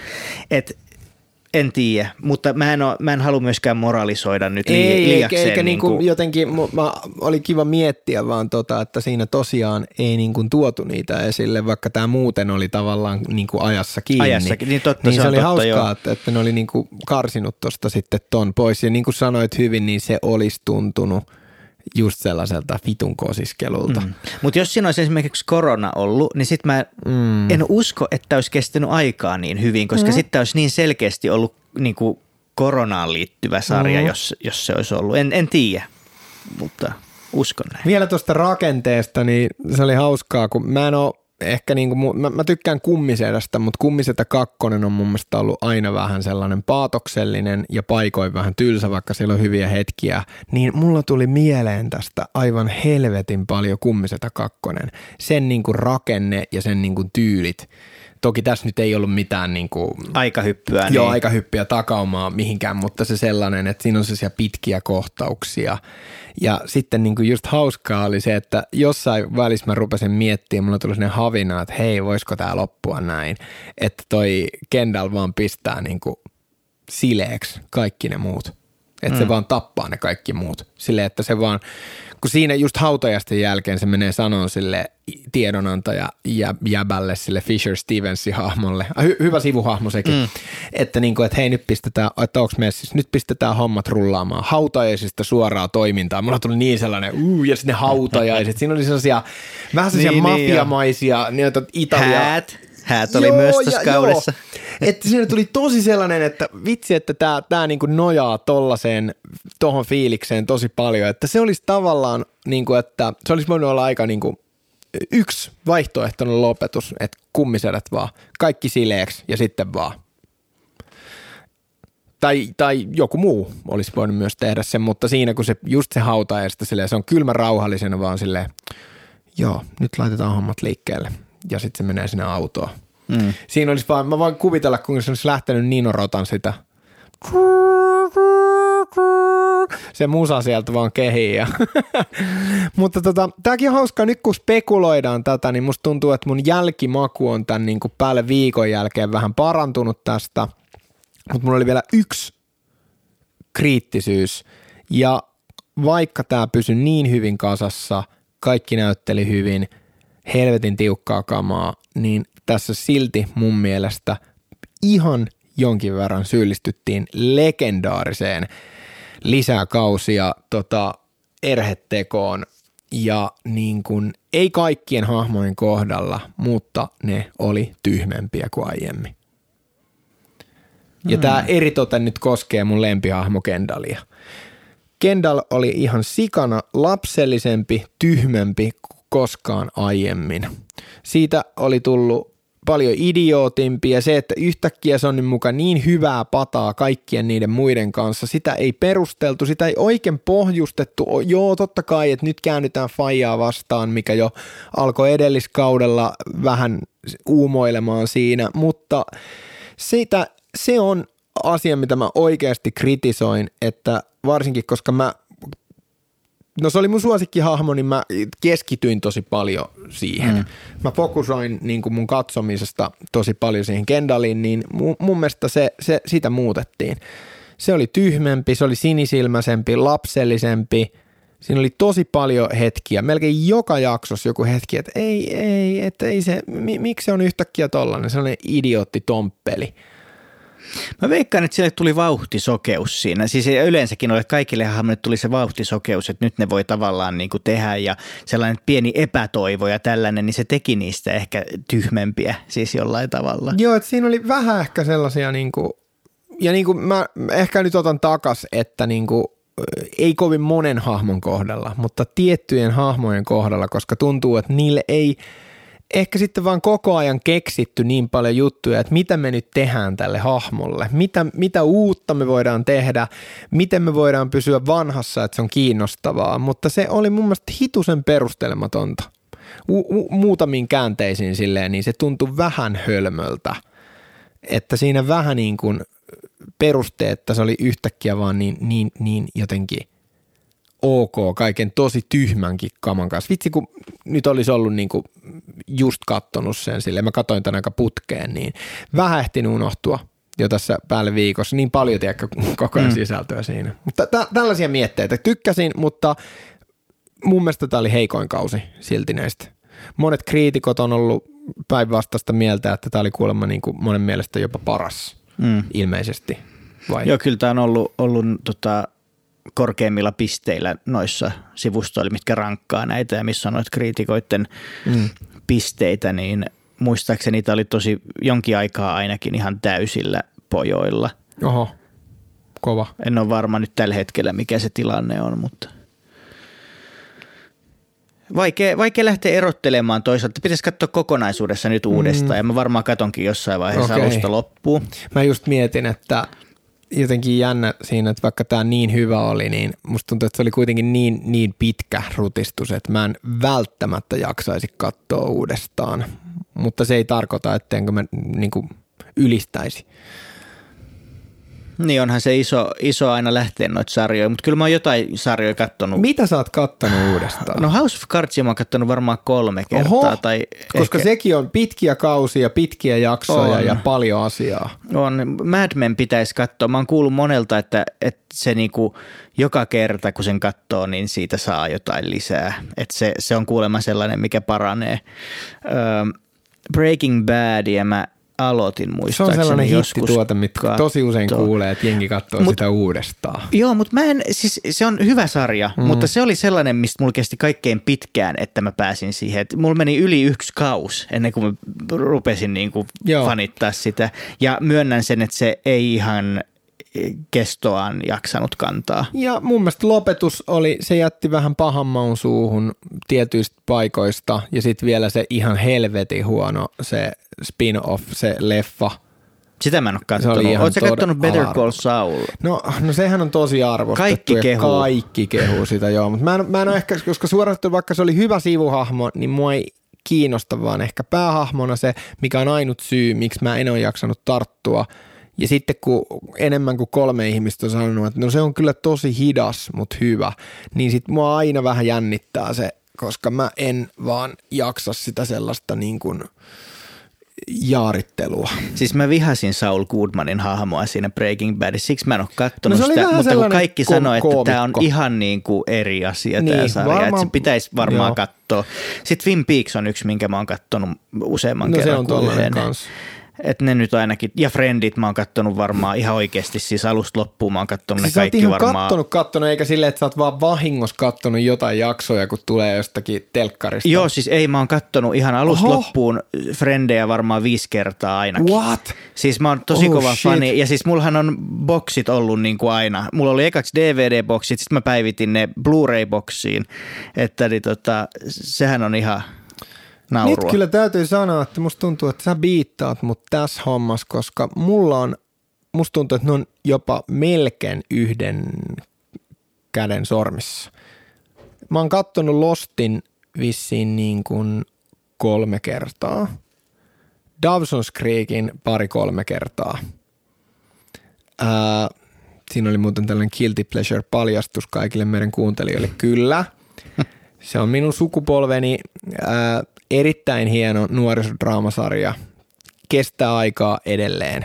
En tiedä, mutta mä en halua myöskään moralisoida nyt liiakseen. Eikä jotenkin, oli kiva miettiä vaan että siinä tosiaan ei tuotu niitä esille, vaikka tämä muuten oli tavallaan ajassa kiinni. Ajassakin, niin totta. Niin se oli hauskaa, että ne oli karsinut tuosta sitten ton pois. Ja niin kuin sanoit hyvin, niin se olisi tuntunut just sellaiselta vitun kosiskelulta. Mutta jos siinä olisi esimerkiksi korona ollut, niin sitten mä en usko, että olisi kestänyt aikaa niin hyvin, koska sitten olisi niin selkeästi ollut koronaan liittyvä sarja, jos se olisi ollut. En tiedä, mutta uskon näin. Vielä tuosta rakenteesta, niin se oli hauskaa, kun mä en ole ehkä mä tykkään Kummisedästä, mutta Kummisetä 2 on mun mielestä ollut aina vähän sellainen paatoksellinen ja paikoin vähän tylsä, vaikka siellä on hyviä hetkiä, niin mulla tuli mieleen tästä aivan helvetin paljon Kummisetä 2. Sen rakenne ja sen tyylit. Toki tässä nyt ei ollut mitään aikahyppyä. Joo, aikahyppyä takaumaa mihinkään, mutta se sellainen, että siinä on sellaisia pitkiä kohtauksia. Ja sitten just hauskaa oli se, että jossain välissä mä rupesin miettimään, mulla tuli sellainen havina, että hei, voisiko tää loppua näin, että toi Kendall vaan pistää sileeksi kaikki ne muut. Että se vaan tappaa ne kaikki muut. Silleen, että se vaan, kun siinä just hautajasten jälkeen se menee sanoa sille tiedonantaja jäbälle, sille Fisher Stevensin hahmolle. Hyvä sivuhahmo sekin. Että että hei nyt pistetään, että onks messissä, nyt pistetään hommat rullaamaan. Hautajaisista suoraa toimintaa. Mulla tuli niin sellainen, ja sitten ne hautajaiset. Siinä oli sellaisia, vähän sellaisia mafiamaisia, Italia. Häät oli myös tässä kaudessa. Että siinä tuli tosi sellainen, että vitsi, että tää niinku nojaa tohon fiilikseen tosi paljon, että se olisi tavallaan, niinku, että se olisi voinut olla aika niinku yksi vaihtoehtoinen lopetus, että kummisedät vaan, kaikki sileeksi ja sitten vaan. Tai joku muu olisi voinut myös tehdä sen, mutta siinä kun se just se hautaajasta silleen, se on kylmä rauhallisena vaan silleen, joo, nyt laitetaan hommat liikkeelle ja sitten se menee sinne autoon. Siinä olisi vaan, mä voin kuvitella, kun se olisi lähtenyt Nino Rotan sitä. Se musa sieltä vaan kehii. Mutta tääkin on hauskaa, nyt kun spekuloidaan tätä, niin musta tuntuu, että mun jälkimaku on tämän niin kuin päälle viikon jälkeen vähän parantunut tästä. Mutta mulla oli vielä yksi kriittisyys. Ja vaikka tää pysyi niin hyvin kasassa, kaikki näytteli hyvin, helvetin tiukkaa kamaa, niin tässä silti mun mielestä ihan jonkin verran syyllistyttiin legendaariseen lisäkausia erhetekoon ja niin kuin ei kaikkien hahmojen kohdalla, mutta ne oli tyhmempiä kuin aiemmin. Ja tämä eritoten nyt koskee mun lempihahmo Kendallia. Kendall oli ihan sikana lapsellisempi, tyhmempi kuin koskaan aiemmin. Siitä oli tullut paljon idiootimpi ja se, että yhtäkkiä se on nyt mukaan niin hyvää pataa kaikkien niiden muiden kanssa. Sitä ei perusteltu, sitä ei oikein pohjustettu. Joo, totta kai, että nyt käännytään faijaa vastaan, mikä jo alkoi edelliskaudella vähän uumoilemaan siinä, mutta se on asia, mitä mä oikeasti kritisoin, että varsinkin, koska se oli mun suosikkihahmo, niin mä keskityin tosi paljon siihen. Mä fokusoin niin kuin mun katsomisesta tosi paljon siihen Kendalliin, niin mun mielestä sitä muutettiin. Se oli tyhmempi, se oli sinisilmäisempi, lapsellisempi. Siinä oli tosi paljon hetkiä, melkein joka jaksossa joku hetki, että ei se, miksi se on yhtäkkiä tollainen, sellainen idiootti tomppeli. Mä veikkaan, että sille tuli vauhtisokeus siinä. Siis yleensäkin oli, että kaikille hahmoille tuli se vauhtisokeus, että nyt ne voi tavallaan niin kuin tehdä ja sellainen pieni epätoivo ja tällainen, niin se teki niistä ehkä tyhmempiä siis jollain tavalla. Joo, että siinä oli vähän ehkä sellaisia niin kuin, ja niin kuin mä ehkä nyt otan takas, että niin kuin, ei kovin monen hahmon kohdalla, mutta tiettyjen hahmojen kohdalla, koska tuntuu, että niille ei ehkä sitten vaan koko ajan keksitty niin paljon juttuja, että mitä me nyt tehdään tälle hahmolle, mitä uutta me voidaan tehdä, miten me voidaan pysyä vanhassa, että se on kiinnostavaa, mutta se oli mun mielestä hitusen perustelematonta. Muutamiin käänteisiin silleen, niin se tuntui vähän hölmöltä, että siinä vähän niin kuin peruste, että se oli yhtäkkiä vaan niin jotenkin ok kaiken tosi tyhmänkin kaman kanssa. Vitsi, kun nyt olisi ollut niin kuin just kattonut sen silleen, mä katsoin tämän aika putkeen, niin vähän ehtinyt unohtua jo tässä päälle viikossa. Niin paljon, tiedätkö, koko ajan sisältöä siinä. Mutta tällaisia mietteitä tykkäsin, mutta mun mielestä tämä oli heikoin kausi silti näistä. Monet kriitikot on ollut päinvastaista mieltä, että tämä oli kuulemma niin kuin monen mielestä jopa paras ilmeisesti. Vai? Joo, kyllä tämä on ollut korkeimmilla pisteillä noissa sivustoilla, mitkä rankkaa näitä ja missä on noita kriitikoiden pisteitä, niin muistaakseni niitä oli tosi jonkin aikaa ainakin ihan täysillä pojoilla. Oho, kova. En ole varma nyt tällä hetkellä, mikä se tilanne on, mutta vaikea lähteä erottelemaan toisaalta. Pitäisi katsoa kokonaisuudessa nyt uudestaan ja mä varmaan katonkin jossain vaiheessa alusta loppuun. Mä just mietin, että jotenkin jännä siinä, että vaikka tämä niin hyvä oli, niin musta tuntuu, että se oli kuitenkin niin pitkä rutistus, että mä en välttämättä jaksaisi katsoa uudestaan, mutta se ei tarkoita, ettenkö mä niin kuin ylistäisi. Niin onhan se iso aina lähteä noita sarjoja, mutta kyllä mä oon jotain sarjoja kattonut. Mitä sä oot kattonut uudestaan? No House of Cardsia mä oon kattonut varmaan 3 kertaa. Oho, tai koska sekin on pitkiä kausia, pitkiä jaksoja ja paljon asiaa. On. Mad Men pitäisi katsoa. Mä oon kuullut monelta, että se niinku joka kerta kun sen katsoo, niin siitä saa jotain lisää. Että se on kuulemma sellainen, mikä paranee. Breaking Bad ja mä aloitin muistaakseni. Se on sellainen hittituote, mitä tosi usein kuulee, että jengi katsoo sitä uudestaan. Joo, mutta siis se on hyvä sarja, mutta se oli sellainen, mistä mulla kesti kaikkein pitkään, että mä pääsin siihen. Että mulla meni yli 1 kausi ennen kuin mä rupesin niinku fanittaa sitä. Ja myönnän sen, että se ei ihan kestoaan jaksanut kantaa. Ja mun mielestä lopetus oli, se jätti vähän pahan maun suuhun tietyistä paikoista ja sitten vielä se ihan helvetin huono se spin-off, se leffa. Sitä mä en ole katsonut. Oletko sä katsonut Better Call Saul? No sehän on tosi arvostettu. Kaikki kehuu sitä, joo. Mutta mä en ole ehkä, koska suorastaan vaikka se oli hyvä sivuhahmo, niin mua ei kiinnosta vaan ehkä päähahmona se, mikä on ainut syy, miksi mä en ole jaksanut tarttua. Ja sitten kun enemmän kuin 3 ihmistä on sanonut, että no se on kyllä tosi hidas, mutta hyvä, niin sitten mua aina vähän jännittää se, koska mä en vaan jaksa sitä sellaista niin kuin jaarittelua. Siis mä vihasin Saul Goodmanin hahmoa siinä Breaking Badissa, siksi mä en ole katsonut sitä, mutta kun kaikki sanoo, että tämä on ihan niin kuin eri asia tämä sarja, että se pitäisi varmaan katsoa. Sitten Twin Peaks on yksi, minkä mä oon katsonut useamman kerran. Se on tollainen kanssa. Että ne nyt ainakin, ja Friendit mä oon kattonut varmaan ihan oikeasti, siis alusta loppuun mä oon kattonut siis ne kaikki varmaan. Sä oot kattonut, eikä silleen, että sä oot vaan vahingossa kattonut jotain jaksoja, kun tulee jostakin telkkarista. Joo, siis ei, mä oon kattonut ihan alusta loppuun Friendejä varmaan 5 kertaa ainakin. What? Siis mä oon tosi kova fani, ja siis mullahan on boksit ollut niin kuin aina. Mulla oli ekaksi DVD-boksit, sitten mä päivitin ne Blu-ray-boksiin, että sehän on ihan naurua. Nyt kyllä täytyy sanoa, että musta tuntuu, että sä biittaat mut tässä hommassa, koska musta tuntuu, että ne on jopa melkein yhden käden sormissa. Mä oon kattonut Lostin vissiin niin kuin 3 kertaa. Dawson's Creekin 2-3 kertaa. Siinä oli muuten tällainen guilty pleasure-paljastus kaikille meidän kuuntelijoille. Kyllä, se on minun sukupolveni erittäin hieno nuorisodraamasarja. Kestää aikaa edelleen.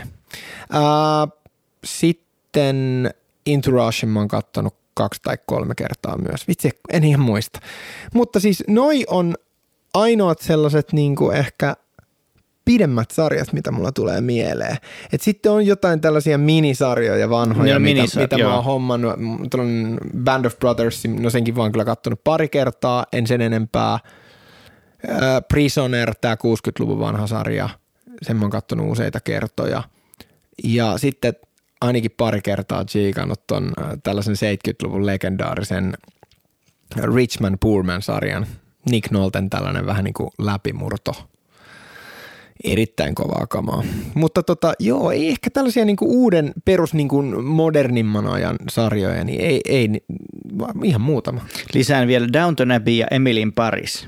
Sitten Into Rushin mä oon kattonut 2 tai 3 kertaa myös. Vitsi, en ihan muista. Mutta siis noi on ainoat sellaiset niinku ehkä pidemmät sarjat, mitä mulla tulee mieleen. Et sitten on jotain tällaisia minisarjoja vanhoja, mitä mä oon hommannut. Band of Brothers, no senkin vaan kyllä kattonut 2 kertaa, en sen enempää. Prisoner, tää 60-luvun vanha sarja, sen mä oon kattonut useita kertoja. Ja sitten ainakin 2 kertaa tsiikannut ton tällaisen 70-luvun legendaarisen Rich Man Poor Man -sarjan. Nick Nolten tällainen vähän niin kuin läpimurto. Erittäin kovaa kamaa. Mutta joo, ei ehkä tällaisia niin kuin uuden perus niin kuin modernimman ajan sarjoja, niin ei ihan muutama. Lisään vielä Downton Abbey ja Emily in Paris.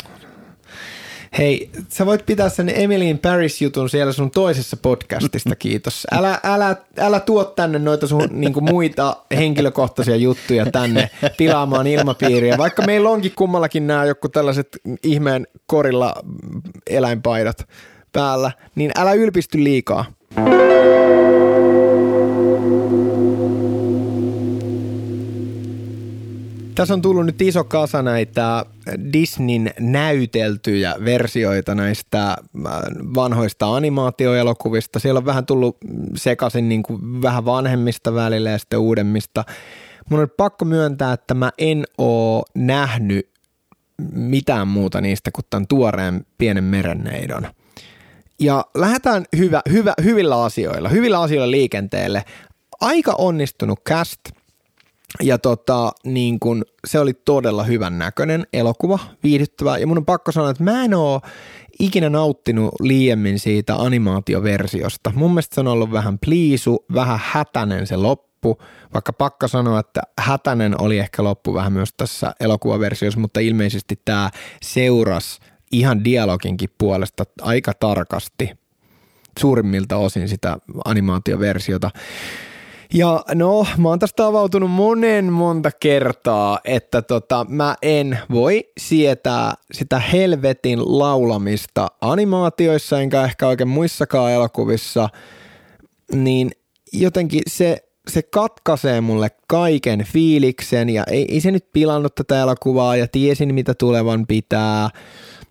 Hei, sä voit pitää sen Emily in Paris-jutun siellä sun toisessa podcastista, kiitos. Älä tuo tänne noita sun niinku muita henkilökohtaisia juttuja tänne pilaamaan ilmapiiriä. Vaikka meillä onkin kummallakin nämä joku tällaiset ihmeen korilla eläinpaidat päällä, niin älä ylpisty liikaa. Tässä on tullut nyt iso kasa näitä Disneyn näyteltyjä versioita näistä vanhoista animaatioelokuvista. Siellä on vähän tullut sekaisin niin kuin vähän vanhemmista välillä ja sitten uudemmista. Mun on pakko myöntää, että mä en oo nähnyt mitään muuta niistä kuin tämän tuoreen Pienen merenneidon. Ja lähdetään hyvillä asioilla liikenteelle. Aika onnistunut cast. Ja niin kun, se oli todella hyvän näköinen elokuva, viihdyttävä. Ja mun on pakko sanoa, että mä en oo ikinä nauttinut liiemmin siitä animaatioversiosta. Mun mielestä se on ollut vähän pliisu, vähän hätäinen se loppu. Vaikka pakko sanoa, että hätäinen oli ehkä loppu vähän myös tässä elokuvaversiossa, mutta ilmeisesti tämä seurasi ihan dialoginkin puolesta aika tarkasti suurimmilta osin sitä animaatioversiota. Ja no, mä oon tästä avautunut monta kertaa, että mä en voi sietää sitä helvetin laulamista animaatioissa, enkä ehkä oikein muissakaan elokuvissa, niin jotenkin se katkaisee mulle kaiken fiiliksen ja ei se nyt pilannut tätä elokuvaa ja tiesin mitä tulevan pitää.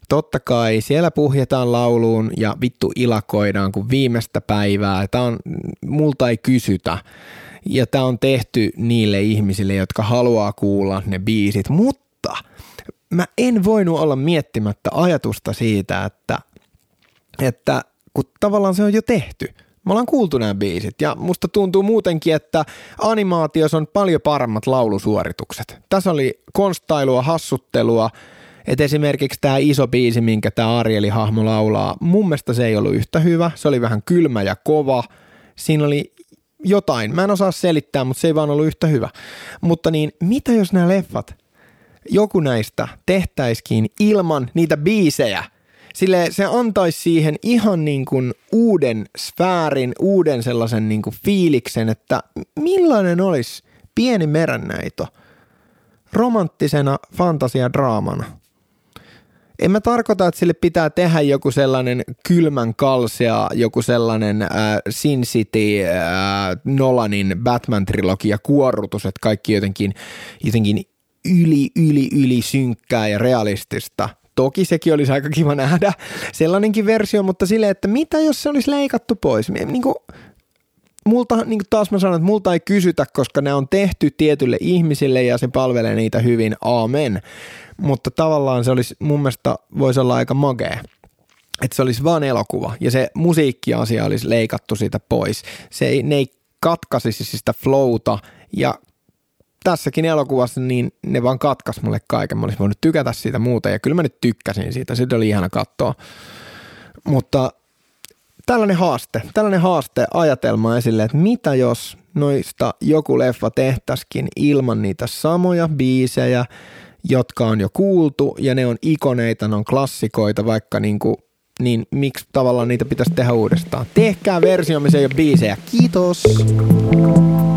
totta kai siellä puhjetaan lauluun ja vittu ilakoidaan kuin viimeistä päivää. Multa ei kysytä. Ja tää on tehty niille ihmisille, jotka haluaa kuulla ne biisit, mutta mä en voinut olla miettimättä ajatusta siitä, että kun tavallaan se on jo tehty. Me ollaan kuultu nämä biisit ja musta tuntuu muutenkin, että animaatiossa on paljon paremmat laulusuoritukset. Tässä oli konstailua, hassuttelua, että esimerkiksi tämä iso biisi, minkä tämä Arieli-hahmo laulaa, mun mielestä se ei ollut yhtä hyvä. Se oli vähän kylmä ja kova. Siinä oli jotain. Mä en osaa selittää, mutta se ei vaan ollut yhtä hyvä. Mutta niin, mitä jos nämä leffat, joku näistä tehtäisikin ilman niitä biisejä? Sille se antaisi siihen ihan niin kuin uuden sfäärin, uuden sellaisen niin kuin fiiliksen, että millainen olisi Pieni merenneito romanttisena fantasiadraamana. En mä tarkoita, että sille pitää tehdä joku sellainen kylmän kalsea, joku sellainen Sin City, Nolanin Batman-trilogia kuorrutus, että kaikki jotenkin yli synkkää ja realistista. Toki sekin olisi aika kiva nähdä sellainenkin versio, mutta silleen, että mitä jos se olisi leikattu pois? Multa, niin kuin taas mä sanon, että multa ei kysytä, koska ne on tehty tietyille ihmisille ja se palvelee niitä hyvin, aamen. Mutta tavallaan se olisi, mun mielestä voisi olla aika magea, että se olisi vaan elokuva ja se musiikkiasia olisi leikattu siitä pois. Ne ei katkaisisi sitä flowta ja tässäkin elokuvassa niin ne vaan katkas mulle kaiken. Mä olisin voinut tykätä siitä muuta ja kyllä mä nyt tykkäsin siitä. Siitä oli ihana katsoa. Mutta tällainen haaste ajatelma esille, että mitä jos noista joku leffa tehtäisikin ilman niitä samoja biisejä, jotka on jo kuultu ja ne on ikoneita, ne on klassikoita, vaikka niin miksi tavallaan niitä pitäisi tehdä uudestaan. Tehkää versio, missä ei ole biisejä. Kiitos!